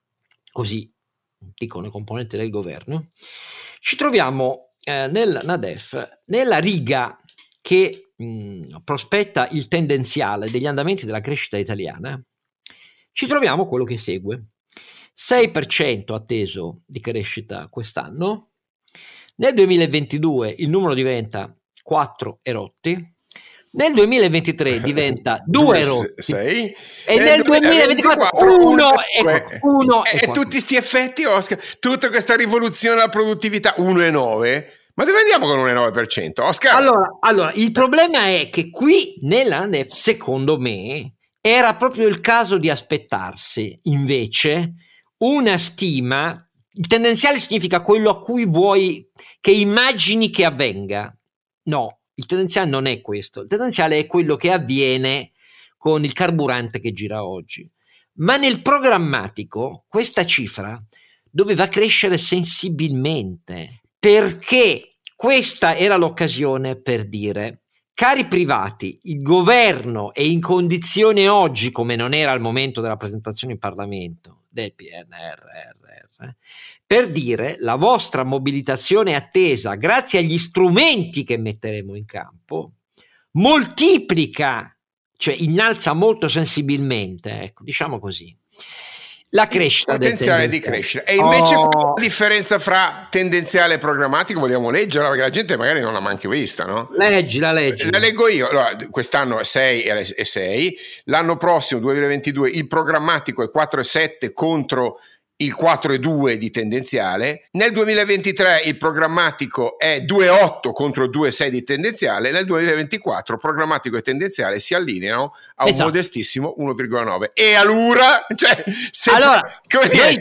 [SPEAKER 1] così dicono i componenti del governo, ci troviamo eh, nel NADEF, nella riga che mh, prospetta il tendenziale degli andamenti della crescita italiana, ci troviamo quello che segue: sei per cento atteso di crescita quest'anno, nel duemilaventidue il numero diventa quattro e rotti, nel duemilaventitré diventa due rotti
[SPEAKER 3] sei,
[SPEAKER 1] e nel duemilaventiquattro uno e,
[SPEAKER 3] e, e tutti sti effetti, Oscar, tutta questa rivoluzione della produttività uno e nove. Ma dove andiamo con un uno virgola nove per cento, Oscar?
[SPEAKER 1] Allora, allora, il problema è che qui nella N D E F, secondo me, era proprio il caso di aspettarsi invece una stima. Il tendenziale significa quello a cui vuoi che immagini che avvenga. No, il tendenziale non è questo. Il tendenziale è quello che avviene con il carburante che gira oggi. Ma nel programmatico questa cifra doveva crescere sensibilmente, perché questa era l'occasione per dire: cari privati, il governo è in condizione oggi, come non era al momento della presentazione in Parlamento del P N R R, per dire la vostra mobilitazione attesa, grazie agli strumenti che metteremo in campo, moltiplica, cioè innalza molto sensibilmente, ecco, diciamo così, la crescita,
[SPEAKER 3] potenziale
[SPEAKER 1] del
[SPEAKER 3] di crescita. E invece oh. qual è la differenza fra tendenziale e programmatico? Vogliamo leggerla perché la gente magari non l'ha neanche vista, no?
[SPEAKER 1] Leggila, leggila.
[SPEAKER 3] La leggo io. Allora, quest'anno è sei e sei, l'anno prossimo duemilaventidue il programmatico è quattro e sette contro il quattro e due di tendenziale, nel duemilaventitré il programmatico è due e otto contro due e sei di tendenziale, nel duemilaventiquattro programmatico e tendenziale si allineano a un esatto. modestissimo uno virgola nove. E allora, cioè, se
[SPEAKER 1] allora noi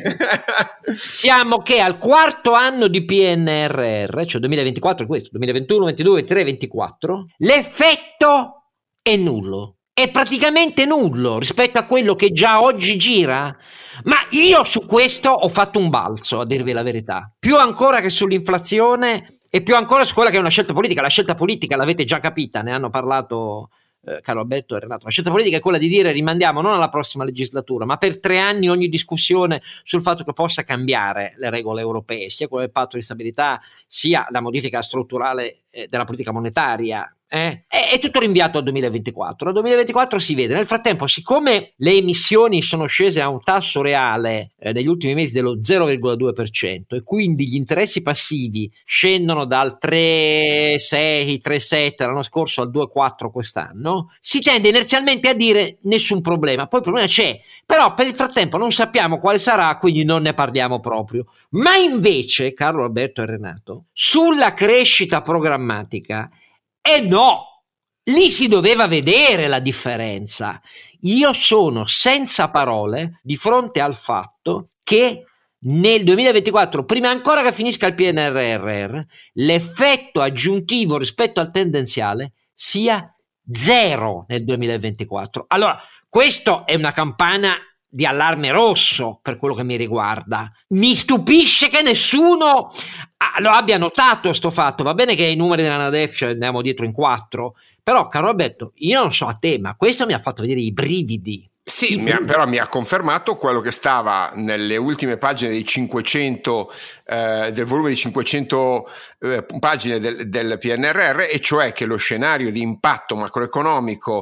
[SPEAKER 1] siamo che al quarto anno di P N R R, cioè duemilaventiquattro è questo, duemilaventuno, ventidue, ventitré, ventiquattro, l'effetto è nullo, è praticamente nullo rispetto a quello che già oggi gira. Ma io su questo ho fatto un balzo, a dirvi la verità, più ancora che sull'inflazione e più ancora su quella che è una scelta politica. La scelta politica l'avete già capita, ne hanno parlato eh, Carlo Alberto e Renato. La scelta politica è quella di dire: rimandiamo non alla prossima legislatura, ma per tre anni ogni discussione sul fatto che possa cambiare le regole europee, sia quello del patto di stabilità, sia la modifica strutturale eh, della politica monetaria. Eh? È, è tutto rinviato al duemilaventiquattro. Al duemilaventiquattro si vede. Nel frattempo, siccome le emissioni sono scese a un tasso reale eh, negli ultimi mesi dello zero virgola due per cento e quindi gli interessi passivi scendono dal tre virgola sei, tre virgola sette l'anno scorso al due virgola quattro quest'anno, si tende inerzialmente a dire nessun problema. Poi il problema c'è, però per il frattempo non sappiamo quale sarà, quindi non ne parliamo proprio. Ma invece, Carlo Alberto e Renato, sulla crescita programmatica, e no, lì si doveva vedere la differenza. Io sono senza parole di fronte al fatto che nel duemilaventiquattro, prima ancora che finisca il P N R R R, l'effetto aggiuntivo rispetto al tendenziale sia zero nel duemilaventiquattro. Allora, questo è una campana di allarme rosso per quello che mi riguarda. Mi stupisce che nessuno lo abbia notato sto fatto. Va bene che i numeri della NADEF ci andiamo dietro in quattro, però caro Alberto, io non so a te, ma questo mi ha fatto vedere i brividi.
[SPEAKER 3] Sì, mi ha, però mi ha confermato quello che stava nelle ultime pagine dei cinquecento eh, del volume di cinquecento eh, pagine del, del P N R R, e cioè che lo scenario di impatto macroeconomico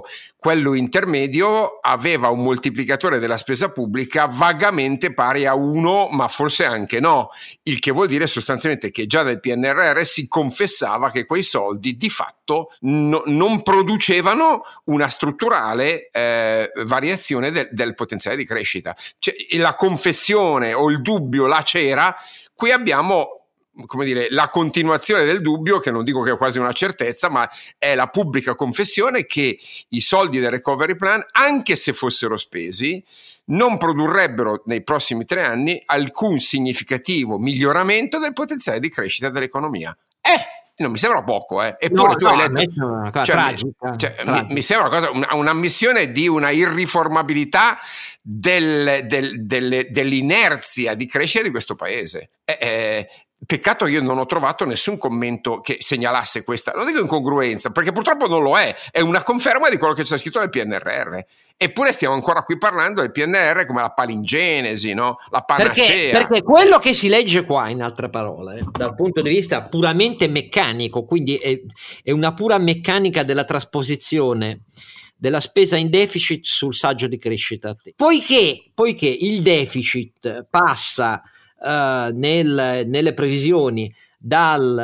[SPEAKER 3] quello intermedio aveva un moltiplicatore della spesa pubblica vagamente pari a uno, ma forse anche no, il che vuol dire sostanzialmente che già nel P N R R si confessava che quei soldi di fatto no, non producevano una strutturale eh, variazione de- del potenziale di crescita. Cioè, la confessione o il dubbio là c'era, qui abbiamo, come dire, la continuazione del dubbio, che non dico che è quasi una certezza, ma è la pubblica confessione che i soldi del recovery plan, anche se fossero spesi, non produrrebbero nei prossimi tre anni alcun significativo miglioramento del potenziale di crescita dell'economia. Eh, non mi sembra poco, eh. Eppure
[SPEAKER 1] no,
[SPEAKER 3] tu
[SPEAKER 1] no,
[SPEAKER 3] hai letto,
[SPEAKER 1] una cosa
[SPEAKER 3] cioè,
[SPEAKER 1] tragica,
[SPEAKER 3] cioè,
[SPEAKER 1] tragica.
[SPEAKER 3] Mi, mi sembra una cosa, una, un'ammissione di una irriformabilità del, del, delle, dell'inerzia di crescita di questo paese. Eh, eh, Peccato io non ho trovato nessun commento che segnalasse questa, non dico incongruenza, perché purtroppo non lo è, è una conferma di quello che c'è scritto nel P N R R. Eppure stiamo ancora qui parlando del P N R R come la palingenesi, no? La panacea.
[SPEAKER 1] Perché, perché quello che si legge qua, in altre parole, dal punto di vista puramente meccanico, quindi è, è una pura meccanica della trasposizione della spesa in deficit sul saggio di crescita. Poiché, poiché il deficit passa Uh, nel, nelle previsioni dal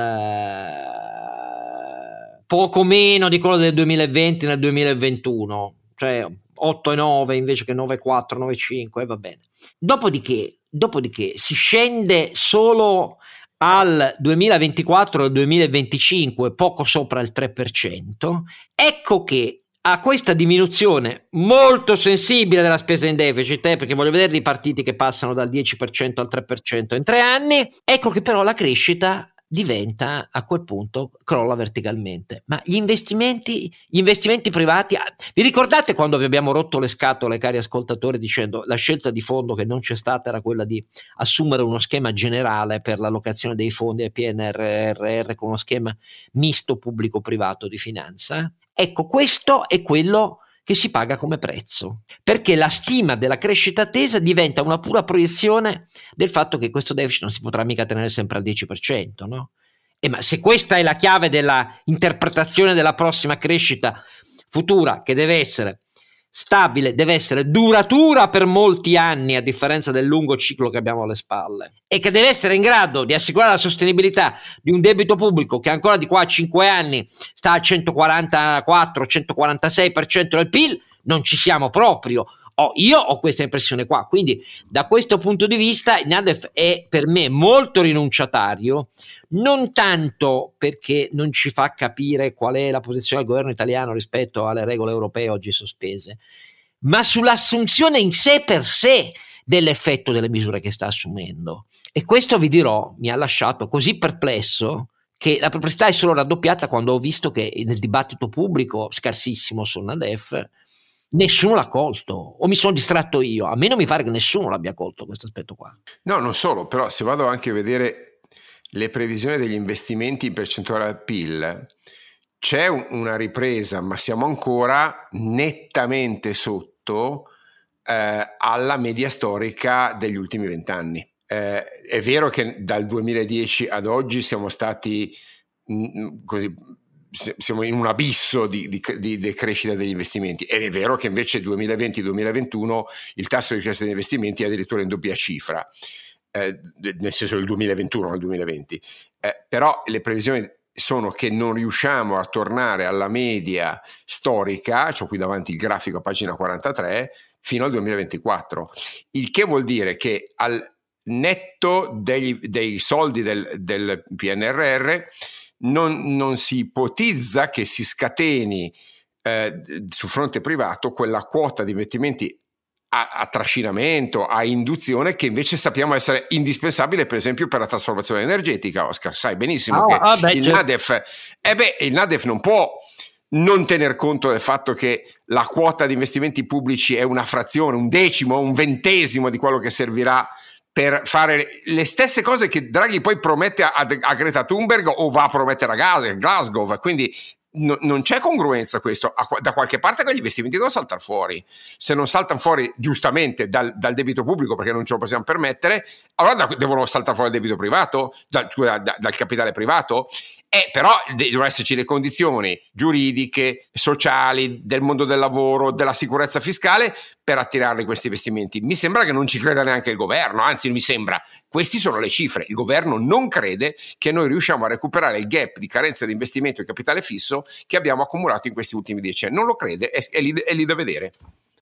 [SPEAKER 1] uh, poco meno di quello del duemilaventi nel duemilaventuno, cioè otto e nove invece che nove e quattro, nove e cinque, va bene. Dopodiché, dopodiché si scende solo al duemilaventiquattro e duemilaventicinque poco sopra il tre per cento, ecco che a questa diminuzione molto sensibile della spesa in deficit, eh, perché voglio vedere i partiti che passano dal dieci per cento al tre per cento in tre anni, ecco che però la crescita diventa, a quel punto crolla verticalmente. Ma gli investimenti, gli investimenti privati, vi ricordate quando vi abbiamo rotto le scatole, cari ascoltatori, dicendo la scelta di fondo che non c'è stata era quella di assumere uno schema generale per l'allocazione dei fondi al P N R R con uno schema misto pubblico-privato di finanza? Ecco, questo è quello che si paga come prezzo, perché la stima della crescita attesa diventa una pura proiezione del fatto che questo deficit non si potrà mica tenere sempre al dieci per cento, no? E ma se questa è la chiave della interpretazione della prossima crescita futura, che deve essere stabile, deve essere duratura per molti anni, a differenza del lungo ciclo che abbiamo alle spalle, e che deve essere in grado di assicurare la sostenibilità di un debito pubblico che ancora di qua a cinque anni sta al centoquarantaquattro centoquarantasei per cento del P I L, non ci siamo proprio. Oh, io ho questa impressione qua, quindi da questo punto di vista il NADEF è per me molto rinunciatario, non tanto perché non ci fa capire qual è la posizione del governo italiano rispetto alle regole europee oggi sospese, ma sull'assunzione in sé per sé dell'effetto delle misure che sta assumendo. E questo, vi dirò, mi ha lasciato così perplesso che la perplessità è solo raddoppiata quando ho visto che nel dibattito pubblico, scarsissimo sul NADEF, nessuno l'ha colto, o mi sono distratto io. A me non mi pare che nessuno l'abbia colto questo aspetto qua.
[SPEAKER 3] No, non solo, però se vado anche a vedere le previsioni degli investimenti in percentuale al P I L, c'è un, una ripresa, ma siamo ancora nettamente sotto eh, alla media storica degli ultimi vent'anni. Eh, è vero che dal duemiladieci ad oggi siamo stati mh, così siamo in un abisso di, di, di, di crescita degli investimenti, ed è vero che invece duemilaventi duemilaventuno il tasso di crescita degli investimenti è addirittura in doppia cifra, eh, nel senso del duemilaventuno al duemilaventi, eh, però le previsioni sono che non riusciamo a tornare alla media storica, c'ho qui davanti il grafico a pagina quarantatré, fino al duemilaventiquattro, il che vuol dire che al netto degli, dei soldi del, del P N R R Non, non si ipotizza che si scateni eh, sul fronte privato quella quota di investimenti a, a trascinamento, a induzione, che invece sappiamo essere indispensabile per esempio per la trasformazione energetica. Oscar, sai benissimo oh, che oh, beh, il, certo. NADEF, eh beh, il NADEF non può non tener conto del fatto che la quota di investimenti pubblici è una frazione, un decimo, un ventesimo di quello che servirà per fare le stesse cose che Draghi poi promette a, a Greta Thunberg o va a promettere a Glasgow. Quindi no, non c'è congruenza questo. Da qualche parte quegli investimenti devono saltare fuori. Se non saltano fuori giustamente dal, dal debito pubblico, perché non ce lo possiamo permettere, allora da, devono saltare fuori dal debito privato, dal, da, dal capitale privato. Eh, però devono esserci le condizioni giuridiche, sociali, del mondo del lavoro, della sicurezza fiscale per attirare questi investimenti. Mi sembra che non ci creda neanche il governo, anzi mi sembra, queste sono le cifre, il governo non crede che noi riusciamo a recuperare il gap di carenza di investimento e capitale fisso che abbiamo accumulato in questi ultimi dieci anni, non lo crede, è, è, lì, è lì da vedere.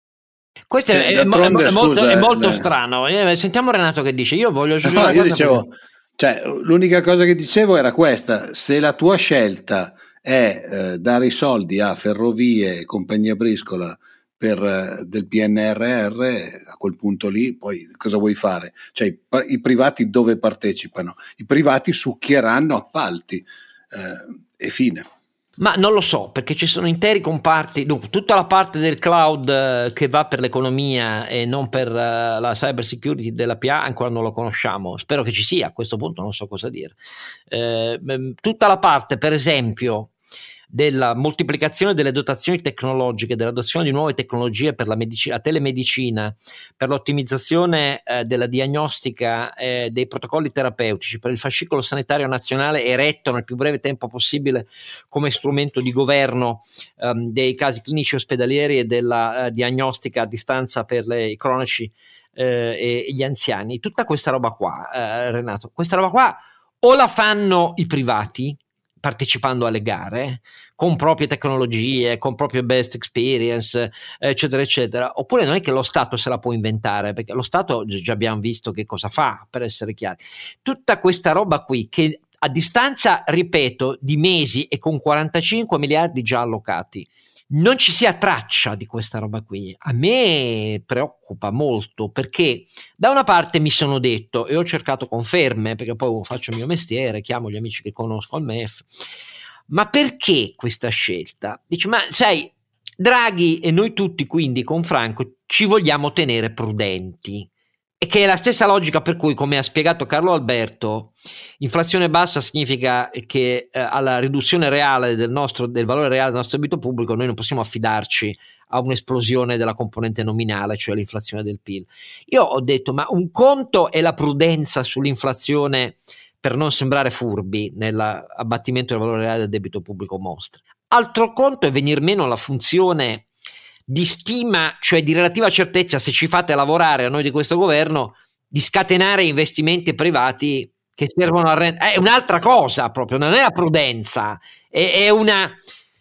[SPEAKER 1] Questo è, è, è, molto, scusa, è molto eh, strano. Sentiamo Renato che dice, io voglio
[SPEAKER 2] no, io dicevo perché... Cioè, l'unica cosa che dicevo era questa: se la tua scelta è eh, dare i soldi a Ferrovie e compagnia briscola per eh, del P N R R, a quel punto lì poi cosa vuoi fare? Cioè, i, i privati dove partecipano? I privati succhieranno appalti eh, e fine.
[SPEAKER 1] Ma non lo so, perché ci sono interi comparti, dunque, tutta la parte del cloud eh, che va per l'economia e non per uh, la cyber security della P A ancora non lo conosciamo, spero che ci sia, a questo punto non so cosa dire. Eh, tutta la parte, per esempio, della moltiplicazione delle dotazioni tecnologiche, dell'adozione di nuove tecnologie per la, medicina, la telemedicina, per l'ottimizzazione eh, della diagnostica eh, dei protocolli terapeutici, per il fascicolo sanitario nazionale eretto nel più breve tempo possibile come strumento di governo ehm, dei casi clinici ospedalieri e della eh, diagnostica a distanza per le, i cronici eh, e gli anziani. Tutta questa roba qua, eh, Renato, questa roba qua o la fanno i privati partecipando alle gare con proprie tecnologie, con proprie best experience, eccetera eccetera, oppure non è che lo Stato se la può inventare, perché lo Stato già abbiamo visto che cosa fa, per essere chiari. Tutta questa roba qui che a distanza, ripeto, di mesi e con quarantacinque miliardi già allocati non ci sia traccia di questa roba qui, a me preoccupa molto, perché da una parte mi sono detto, e ho cercato conferme, perché poi faccio il mio mestiere, chiamo gli amici che conosco al M E F, ma perché questa scelta? Dici, ma sai, Draghi e noi tutti quindi con Franco ci vogliamo tenere prudenti, e che è la stessa logica per cui, come ha spiegato Carlo Alberto, inflazione bassa significa che eh, alla riduzione reale del nostro del valore reale del nostro debito pubblico noi non possiamo affidarci a un'esplosione della componente nominale, cioè l'inflazione del P I L. Io ho detto, ma un conto è la prudenza sull'inflazione per non sembrare furbi nell'abbattimento del valore reale del debito pubblico mostra. Altro conto è venir meno alla funzione di stima, cioè di relativa certezza, se ci fate lavorare a noi di questo governo, di scatenare investimenti privati che servono a rendere. È un'altra cosa proprio, non è la prudenza, è, è una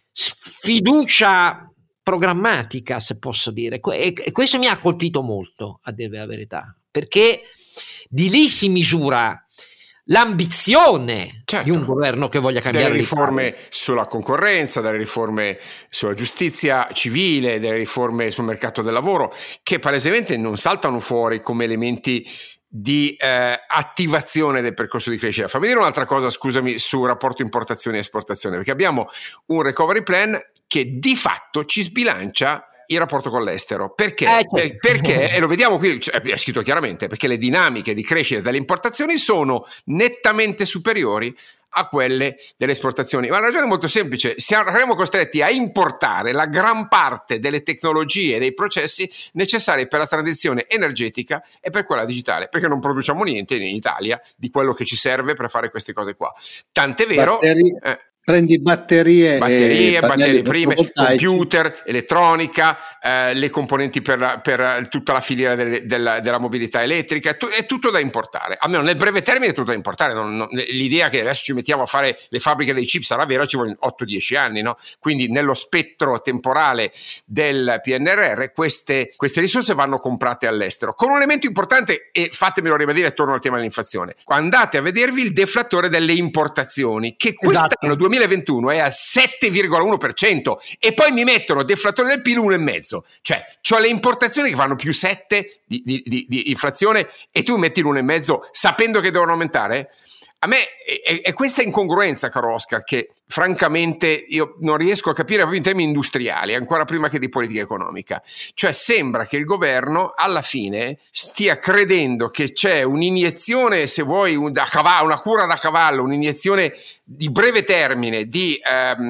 [SPEAKER 1] sfiducia programmatica, se posso dire. E, e questo mi ha colpito molto, a dire la verità, perché di lì si misura l'ambizione, certo, di un governo che voglia cambiare
[SPEAKER 3] delle riforme l'Italia. Sulla concorrenza, delle riforme sulla giustizia civile, delle riforme sul mercato del lavoro, che palesemente non saltano fuori come elementi di eh, attivazione del percorso di crescita. Fammi dire un'altra cosa, scusami, sul rapporto importazione e esportazione, perché abbiamo un recovery plan che di fatto ci sbilancia il rapporto con l'estero. Perché? Eh, per, perché, e lo vediamo qui, cioè, è scritto chiaramente, perché le dinamiche di crescita delle importazioni sono nettamente superiori a quelle delle esportazioni. Ma la ragione è molto semplice: saremo costretti a importare la gran parte delle tecnologie e dei processi necessari per la transizione energetica e per quella digitale, perché non produciamo niente in Italia di quello che ci serve per fare queste cose qua. Tant'è vero... Eh,
[SPEAKER 2] Prendi batterie,
[SPEAKER 3] batterie, e batterie prime, computer, elettronica, eh, le componenti per, per tutta la filiera del, della, della mobilità elettrica, è tutto da importare. Almeno nel breve termine è tutto da importare. Non, non, l'idea che adesso ci mettiamo a fare le fabbriche dei chip sarà vera, ci vogliono otto dieci anni, no? Quindi nello spettro temporale del P N R R queste, queste risorse vanno comprate all'estero. Con un elemento importante, e fatemelo ribadire, torno al tema dell'inflazione. Andate a vedervi il deflattore delle importazioni, che quest'anno esatto. duemilaventuno è al sette virgola uno per cento, e poi mi mettono deflatore del P I L uno virgola cinque, cioè c'ho le importazioni che fanno più sette di, di, di, di inflazione e tu metti l'uno virgola cinque sapendo che devono aumentare. A me è, è questa incongruenza, caro Oscar, che francamente io non riesco a capire proprio in termini industriali, ancora prima che di politica economica. Cioè sembra che il governo alla fine stia credendo che c'è un'iniezione, se vuoi, un, da cavallo, una cura da cavallo, un'iniezione di breve termine di, um,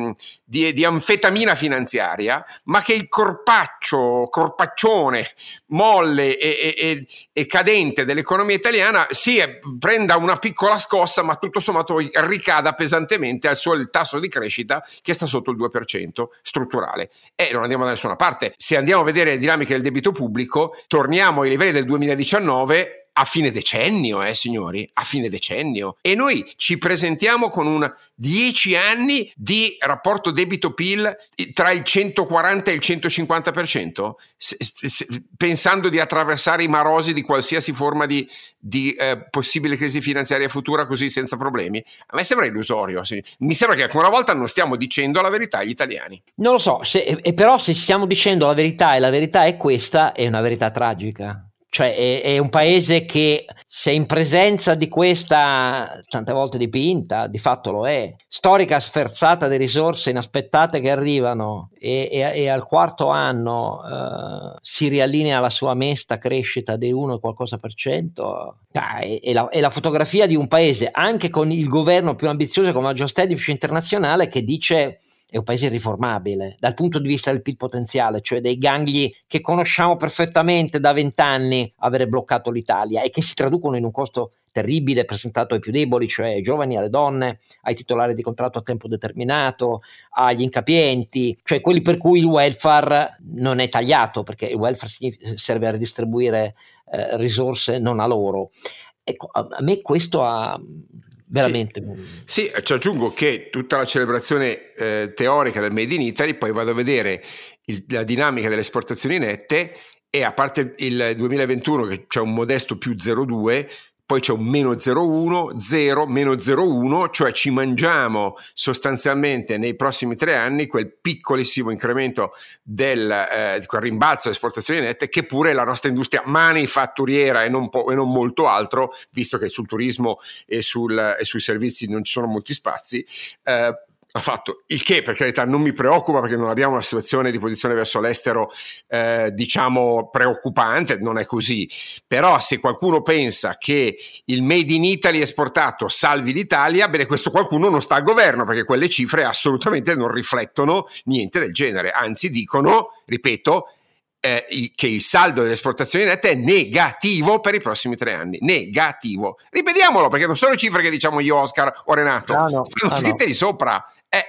[SPEAKER 3] di, di anfetamina finanziaria, ma che il corpaccio, corpaccione molle e, e, e cadente dell'economia italiana sì, prenda una piccola scossa, ma tutto sommato ricada pesantemente al suo il tasso di crescita che sta sotto il due per cento strutturale. E non andiamo da nessuna parte. Se andiamo a vedere le dinamiche del debito pubblico, torniamo ai livelli del duemiladiciannove a fine decennio, eh signori, a fine decennio. E noi ci presentiamo con un dieci anni di rapporto debito-P I L tra il centoquaranta e il centocinquanta per cento, se, se, pensando di attraversare i marosi di qualsiasi forma di, di eh, possibile crisi finanziaria futura così senza problemi. A me sembra illusorio. Sì. Mi sembra che ancora una volta non stiamo dicendo la verità agli italiani.
[SPEAKER 1] Non lo so, se, e però se stiamo dicendo la verità e la verità è questa, è una verità tragica. Cioè è, è un paese che, se in presenza di questa tante volte dipinta, di fatto lo è, storica sferzata di risorse inaspettate che arrivano e, e, e al quarto anno eh, si riallinea la sua mesta crescita di uno e qualcosa per cento, è, è, la, è la fotografia di un paese anche con il governo più ambizioso come Maggior Stedifice Internazionale, che dice è un paese irriformabile dal punto di vista del P I L potenziale, cioè dei gangli che conosciamo perfettamente da vent'anni avere bloccato l'Italia e che si traducono in un costo terribile presentato ai più deboli, cioè ai giovani, alle donne, ai titolari di contratto a tempo determinato, agli incapienti, cioè quelli per cui il welfare non è tagliato, perché il welfare serve a ridistribuire eh, risorse non a loro. Ecco, a, a me questo ha veramente.
[SPEAKER 3] Sì, sì, ci aggiungo che tutta la celebrazione eh, teorica del Made in Italy, poi vado a vedere il, la dinamica delle esportazioni nette, e a parte il duemilaventuno che c'è un modesto più zero virgola due, poi c'è un meno zero virgola uno, zero, meno zero virgola uno, cioè ci mangiamo sostanzialmente nei prossimi tre anni quel piccolissimo incremento del eh, quel rimbalzo delle esportazioni nette, che pure la nostra industria manifatturiera e non, po- e non molto altro, visto che sul turismo e, sul, e sui servizi non ci sono molti spazi, eh, ha fatto, il che per carità non mi preoccupa, perché non abbiamo una situazione di posizione verso l'estero eh, diciamo preoccupante, non è così. Però se qualcuno pensa che il Made in Italy esportato salvi l'Italia, bene, questo qualcuno non sta al governo, perché quelle cifre assolutamente non riflettono niente del genere, anzi dicono, ripeto, Eh, che il saldo delle esportazioni nette è negativo per i prossimi tre anni. Negativo. Ripetiamolo, perché non sono cifre che diciamo io, Oscar o Renato,
[SPEAKER 1] ah, no.
[SPEAKER 3] stanno
[SPEAKER 1] ah,
[SPEAKER 3] scritte
[SPEAKER 1] no.
[SPEAKER 3] di sopra. Eh.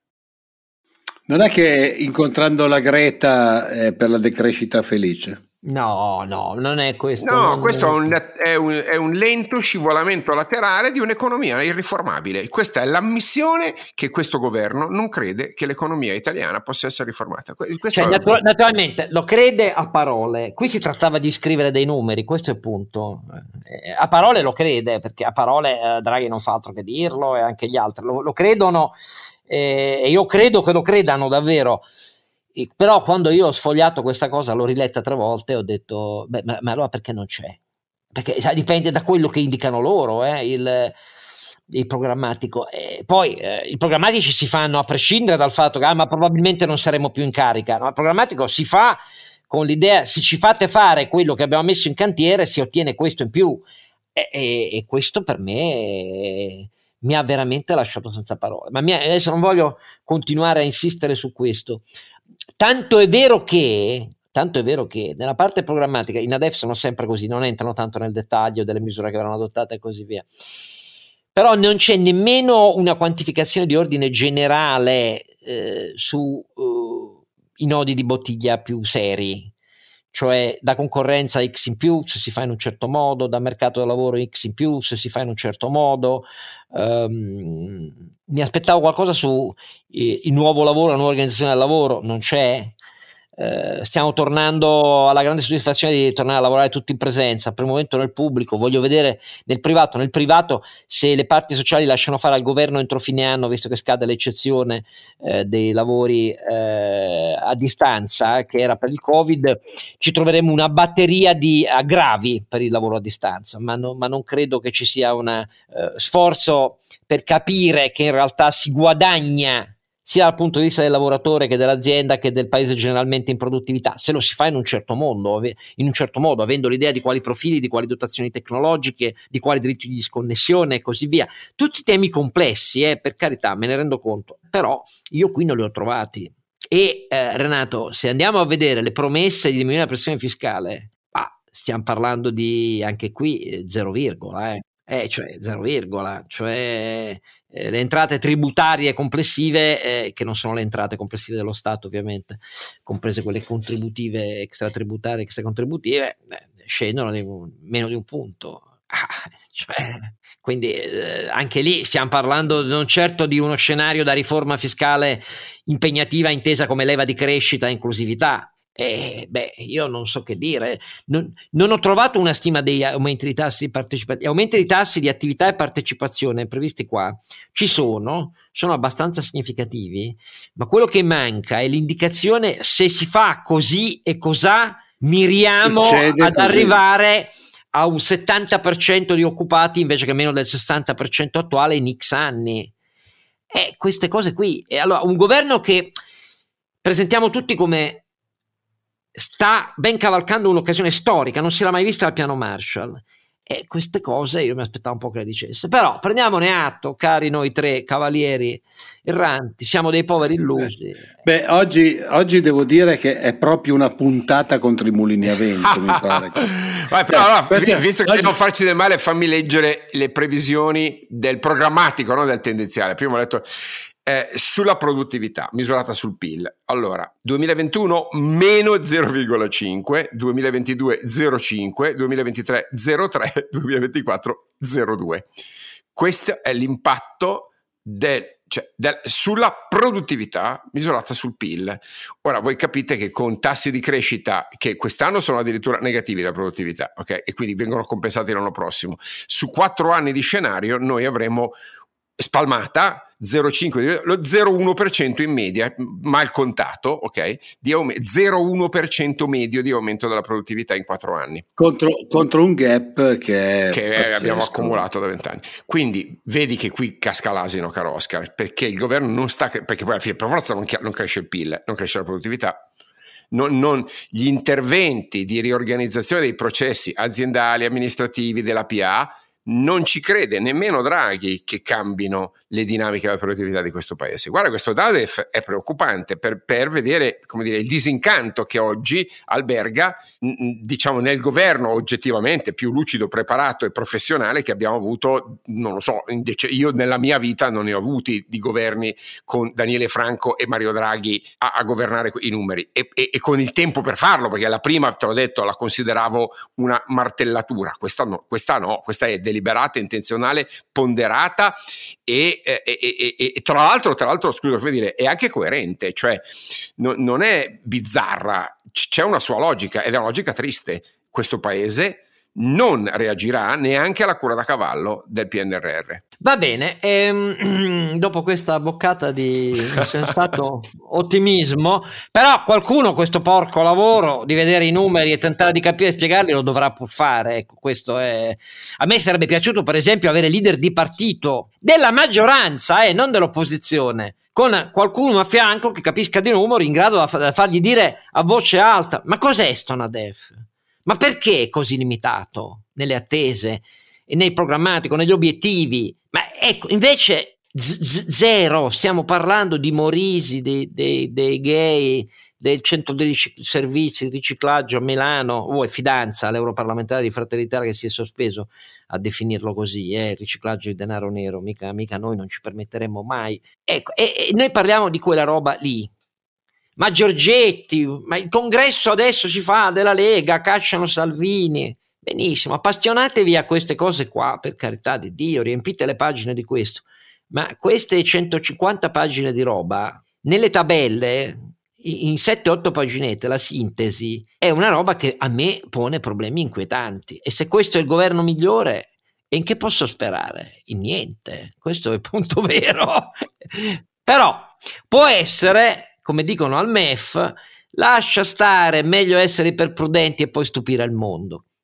[SPEAKER 2] Non è che incontrando la Greta è per la decrescita felice?
[SPEAKER 1] No, no, non è questo.
[SPEAKER 3] No,
[SPEAKER 1] non,
[SPEAKER 3] questo
[SPEAKER 1] non...
[SPEAKER 3] È, un, è, un, è un lento scivolamento laterale di un'economia irriformabile. Questa è l'ammissione che questo governo non crede che l'economia italiana possa essere riformata. Questo
[SPEAKER 1] Cioè,
[SPEAKER 3] è...
[SPEAKER 1] natura- naturalmente lo crede a parole. Qui si trattava di scrivere dei numeri, questo è il punto. Eh, a parole lo crede, perché a parole eh, Draghi non fa altro che dirlo, e anche gli altri lo, lo credono, eh, e io credo che lo credano davvero. Però quando io ho sfogliato questa cosa, l'ho riletta tre volte e ho detto beh, ma, ma allora perché non c'è? Perché sai, dipende da quello che indicano loro, eh, il, il programmatico. E poi eh, i programmatici si fanno a prescindere dal fatto che ah, ma probabilmente non saremo più in carica. No, il programmatico si fa con l'idea, se ci fate fare quello che abbiamo messo in cantiere si ottiene questo in più, e, e, e questo per me mi ha veramente lasciato senza parole. Ma mi, adesso non voglio continuare a insistere su questo. Tanto è vero che, tanto è vero che nella parte programmatica i NADEF sono sempre così, non entrano tanto nel dettaglio delle misure che verranno adottate e così via. Però non c'è nemmeno una quantificazione di ordine generale eh, su uh, i nodi di bottiglia più seri, cioè da concorrenza X in più se si fa in un certo modo, da mercato del lavoro X in più se si fa in un certo modo. Um, mi aspettavo qualcosa su eh, il nuovo lavoro, la nuova organizzazione del lavoro, non c'è. Uh, stiamo tornando alla grande soddisfazione di tornare a lavorare tutti in presenza, per il momento nel pubblico, voglio vedere nel privato, nel privato se le parti sociali lasciano fare al governo entro fine anno, visto che scade l'eccezione eh, dei lavori eh, a distanza, che era per il Covid, ci troveremo una batteria di aggravi per il lavoro a distanza, ma, no, ma non credo che ci sia un eh, sforzo per capire che in realtà si guadagna sia dal punto di vista del lavoratore che dell'azienda che del paese generalmente in produttività, se lo si fa in un certo modo, in un certo modo, avendo l'idea di quali profili, di quali dotazioni tecnologiche, di quali diritti di disconnessione e così via. Tutti temi complessi, eh, per carità, me ne rendo conto, però io qui non li ho trovati. E eh, Renato, se andiamo a vedere le promesse di diminuire la pressione fiscale, ah, stiamo parlando di anche qui zero virgola, eh. Eh, cioè zero virgola, cioè eh, le entrate tributarie complessive, eh, che non sono le entrate complessive dello Stato ovviamente, comprese quelle contributive, extratributarie, extracontributive, eh, scendono di un, meno di un punto. Ah, cioè, quindi eh, anche lì stiamo parlando non certo di uno scenario da riforma fiscale impegnativa intesa come leva di crescita e inclusività. Eh, beh, io non so che dire, non, non ho trovato una stima degli aumenti di tassi di partecipazione. Aumenti di tassi di attività e partecipazione previsti qua ci sono, sono abbastanza significativi, ma quello che manca è l'indicazione se si fa così e cos'ha miriamo
[SPEAKER 2] Succede
[SPEAKER 1] ad
[SPEAKER 2] così.
[SPEAKER 1] arrivare a un settanta per cento di occupati invece che meno del sessanta per cento attuale in X anni. Eh, queste cose qui. E allora un governo che presentiamo tutti come sta ben cavalcando un'occasione storica, non si era mai vista al piano Marshall, e queste cose io mi aspettavo un po' che le dicesse, però prendiamone atto, cari noi tre cavalieri erranti, siamo dei poveri illusi.
[SPEAKER 2] Beh, oggi, oggi devo dire che è proprio una puntata contro i mulini a vento, mi pare.
[SPEAKER 3] Vai, però, allora,
[SPEAKER 2] Questa-
[SPEAKER 3] visto che
[SPEAKER 2] oggi-
[SPEAKER 3] non farci del male, fammi leggere le previsioni del programmatico, non del tendenziale. Prima ho letto eh, sulla produttività misurata sul P I L. Allora, duemilaventuno meno zero virgola cinque, duemilaventidue zero virgola cinque, duemilaventitré zero virgola tre, duemilaventiquattro zero virgola due. Questo è l'impatto del, cioè, del, sulla produttività misurata sul P I L. Ora voi capite che con tassi di crescita che quest'anno sono addirittura negativi da produttività, ok? E quindi vengono compensati l'anno prossimo. Su quattro anni di scenario noi avremo spalmata zero virgola cinque, lo zero virgola uno per cento in media, mal contato, ok? Di aumento, zero virgola uno per cento medio di aumento della produttività in quattro anni.
[SPEAKER 2] Contro, contro un gap che, è
[SPEAKER 3] che
[SPEAKER 2] pazzesco.
[SPEAKER 3] abbiamo accumulato da vent'anni. Quindi vedi che qui casca l'asino, caro Oscar, perché il governo non sta, perché poi alla fine per forza non, non cresce il P I L, non cresce la produttività. Non, non, gli interventi di riorganizzazione dei processi aziendali, amministrativi, della P A, non ci crede nemmeno Draghi che cambino le dinamiche della produttività di questo paese. Guarda, questo DADEF è preoccupante per, per vedere, come dire, il disincanto che oggi alberga, diciamo, nel governo oggettivamente più lucido, preparato e professionale che abbiamo avuto, non lo so, io nella mia vita non ne ho avuti di governi con Daniele Franco e Mario Draghi a, a governare i numeri e, e, e con il tempo per farlo, perché la prima, te l'ho detto, la consideravo una martellatura, questa no, questa no, questa è deliberata, intenzionale, ponderata e E, e, e, e tra l'altro, tra l'altro, scusa, come dire, è anche coerente, cioè no, non è bizzarra, c- c'è una sua logica ed è una logica triste. Questo paese non reagirà neanche alla cura da cavallo del P N R R.
[SPEAKER 1] Va bene, ehm, dopo questa boccata di insensato ottimismo, però qualcuno questo porco lavoro di vedere i numeri e tentare di capire e spiegarli lo dovrà pur fare. Ecco, questo è. A me sarebbe piaciuto, per esempio, avere leader di partito della maggioranza e eh, non dell'opposizione, con qualcuno a fianco che capisca di numeri, in grado da, fa- da fargli dire a voce alta: ma cos'è sto NADEF? Ma perché è così limitato nelle attese e nei programmatico, negli obiettivi? Ma ecco, invece z- z- zero, stiamo parlando di Morisi, dei, dei, dei gay, del centro dei ric- servizi di riciclaggio a Milano, vuoi oh, fidanza all'europarlamentare di Fratelli d'Italia che si è sospeso a definirlo così, eh, riciclaggio di denaro nero, mica, mica noi non ci permetteremmo mai. Ecco, e, e noi parliamo di quella roba lì. Ma Giorgetti, ma il congresso adesso si fa della Lega, cacciano Salvini. Benissimo, appassionatevi a queste cose qua, per carità di Dio, riempite le pagine di questo. Ma queste centocinquanta pagine di roba, nelle tabelle, in sette otto paginette, la sintesi, è una roba che a me pone problemi inquietanti. E se questo è il governo migliore, in che posso sperare? In niente. Questo è il punto vero. Però può essere, come dicono al M E F, lascia stare, meglio essere iperprudenti e poi stupire il mondo.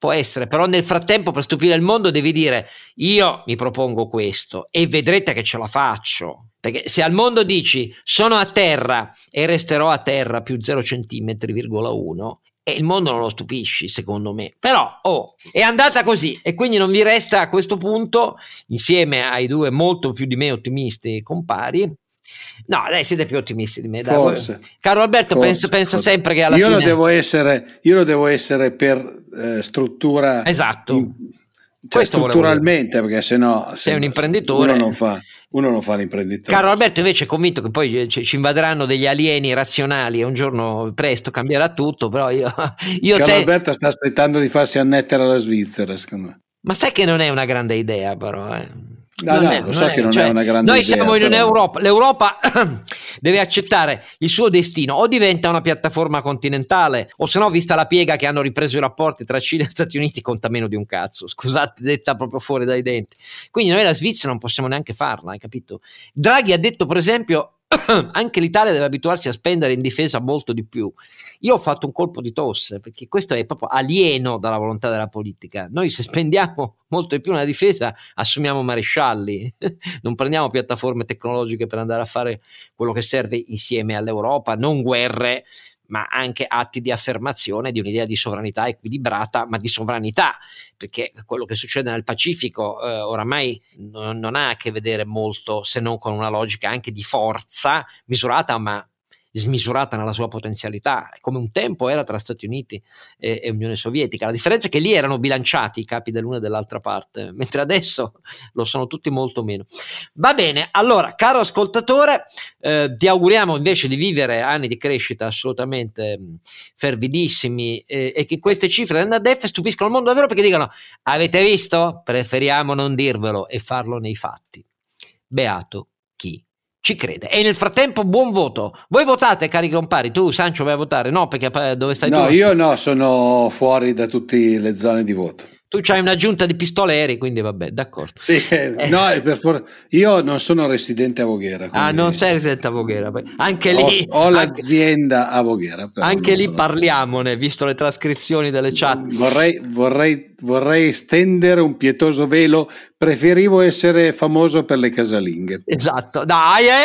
[SPEAKER 1] può essere, però nel frattempo per stupire il mondo devi dire io mi propongo questo e vedrete che ce la faccio, perché se al mondo dici sono a terra e resterò a terra più zero centimetri virgola uno, e il mondo non lo stupisci, secondo me. Però oh, è andata così, e quindi non vi resta a questo punto, insieme ai due molto più di me ottimisti compari. No, dai, siete più ottimisti di me, dai.
[SPEAKER 2] Forse.
[SPEAKER 1] Caro Alberto,
[SPEAKER 2] Forse,
[SPEAKER 1] pensa, pensa
[SPEAKER 2] forse.
[SPEAKER 1] sempre che alla
[SPEAKER 2] io
[SPEAKER 1] fine
[SPEAKER 2] lo devo essere, io lo devo essere per eh, struttura,
[SPEAKER 1] esatto.
[SPEAKER 2] In, cioè strutturalmente, perché sennò
[SPEAKER 1] sei
[SPEAKER 2] se,
[SPEAKER 1] un imprenditore,
[SPEAKER 2] uno non fa uno non fa l'imprenditore.
[SPEAKER 1] Caro Alberto invece è convinto che poi ci invaderanno degli alieni razionali e un giorno presto cambierà tutto, però io, io
[SPEAKER 2] Caro
[SPEAKER 1] te...
[SPEAKER 2] Alberto sta aspettando di farsi annettere alla Svizzera, secondo me.
[SPEAKER 1] Ma sai che non è una grande idea, però eh.
[SPEAKER 2] No,
[SPEAKER 1] non
[SPEAKER 2] no,
[SPEAKER 1] è,
[SPEAKER 2] lo
[SPEAKER 1] non
[SPEAKER 2] so
[SPEAKER 1] è,
[SPEAKER 2] che non
[SPEAKER 1] cioè,
[SPEAKER 2] è una grande
[SPEAKER 1] noi
[SPEAKER 2] idea.
[SPEAKER 1] Noi siamo in
[SPEAKER 2] però...
[SPEAKER 1] Europa, l'Europa deve accettare il suo destino, o diventa una piattaforma continentale, o se no, vista la piega che hanno ripreso i rapporti tra Cina e Stati Uniti, conta meno di un cazzo, scusate, detta proprio fuori dai denti. Quindi noi la Svizzera non possiamo neanche farla, hai capito? Draghi ha detto, per esempio, anche l'Italia deve abituarsi a spendere in difesa molto di più. Io ho fatto un colpo di tosse, perché questo è proprio alieno dalla volontà della politica. Noi se spendiamo molto di più nella difesa assumiamo marescialli, non prendiamo piattaforme tecnologiche per andare a fare quello che serve insieme all'Europa, non guerre, ma anche atti di affermazione di un'idea di sovranità equilibrata, ma di sovranità, perché quello che succede nel Pacifico eh, oramai non, non ha a che vedere molto, se non con una logica anche di forza misurata, ma smisurata nella sua potenzialità, come un tempo era tra Stati Uniti e, e Unione Sovietica. La differenza è che lì erano bilanciati i capi dell'una e dell'altra parte, mentre adesso lo sono tutti molto meno. Va bene, allora, caro ascoltatore, eh, ti auguriamo invece di vivere anni di crescita assolutamente mh, fervidissimi eh, e che queste cifre della N A D E F stupiscano il mondo davvero, perché dicono: avete visto? Preferiamo non dirvelo e farlo nei fatti. Beato chi ci crede. E nel frattempo buon voto. Voi votate, cari compari? Tu, Sancio, vai a votare? No, perché dove stai
[SPEAKER 2] no,
[SPEAKER 1] tu?
[SPEAKER 2] No, io no, sono fuori da tutte le zone di voto.
[SPEAKER 1] Tu c'hai una giunta di pistoleri, quindi vabbè, d'accordo.
[SPEAKER 2] Sì, eh. no, per for- io non sono residente a Voghera.
[SPEAKER 1] Ah, non sei residente a Voghera. Anche lì...
[SPEAKER 2] Ho, ho
[SPEAKER 1] anche,
[SPEAKER 2] l'azienda a Voghera. Però
[SPEAKER 1] anche lì
[SPEAKER 2] sono...
[SPEAKER 1] parliamone, visto le trascrizioni delle chat.
[SPEAKER 2] Vorrei, vorrei, vorrei stendere un pietoso velo. Preferivo essere famoso per le casalinghe.
[SPEAKER 1] Esatto. Dai, eh,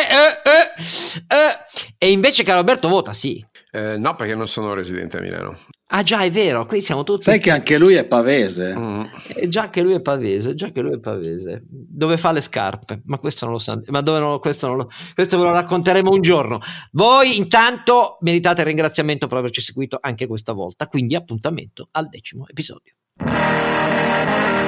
[SPEAKER 1] eh, eh. E invece, caro Alberto, vota sì.
[SPEAKER 3] Eh, no, perché non sono residente a Milano.
[SPEAKER 1] Ah già, è vero, qui siamo tutti...
[SPEAKER 2] Sai che anche lui è pavese?
[SPEAKER 3] Mm.
[SPEAKER 1] Eh, già che lui è pavese, già che lui è pavese. Dove fa le scarpe? Ma questo non lo sa, ma dove non, questo non lo, questo ve lo racconteremo un giorno. Voi intanto meritate il ringraziamento per averci seguito anche questa volta, quindi appuntamento al decimo episodio.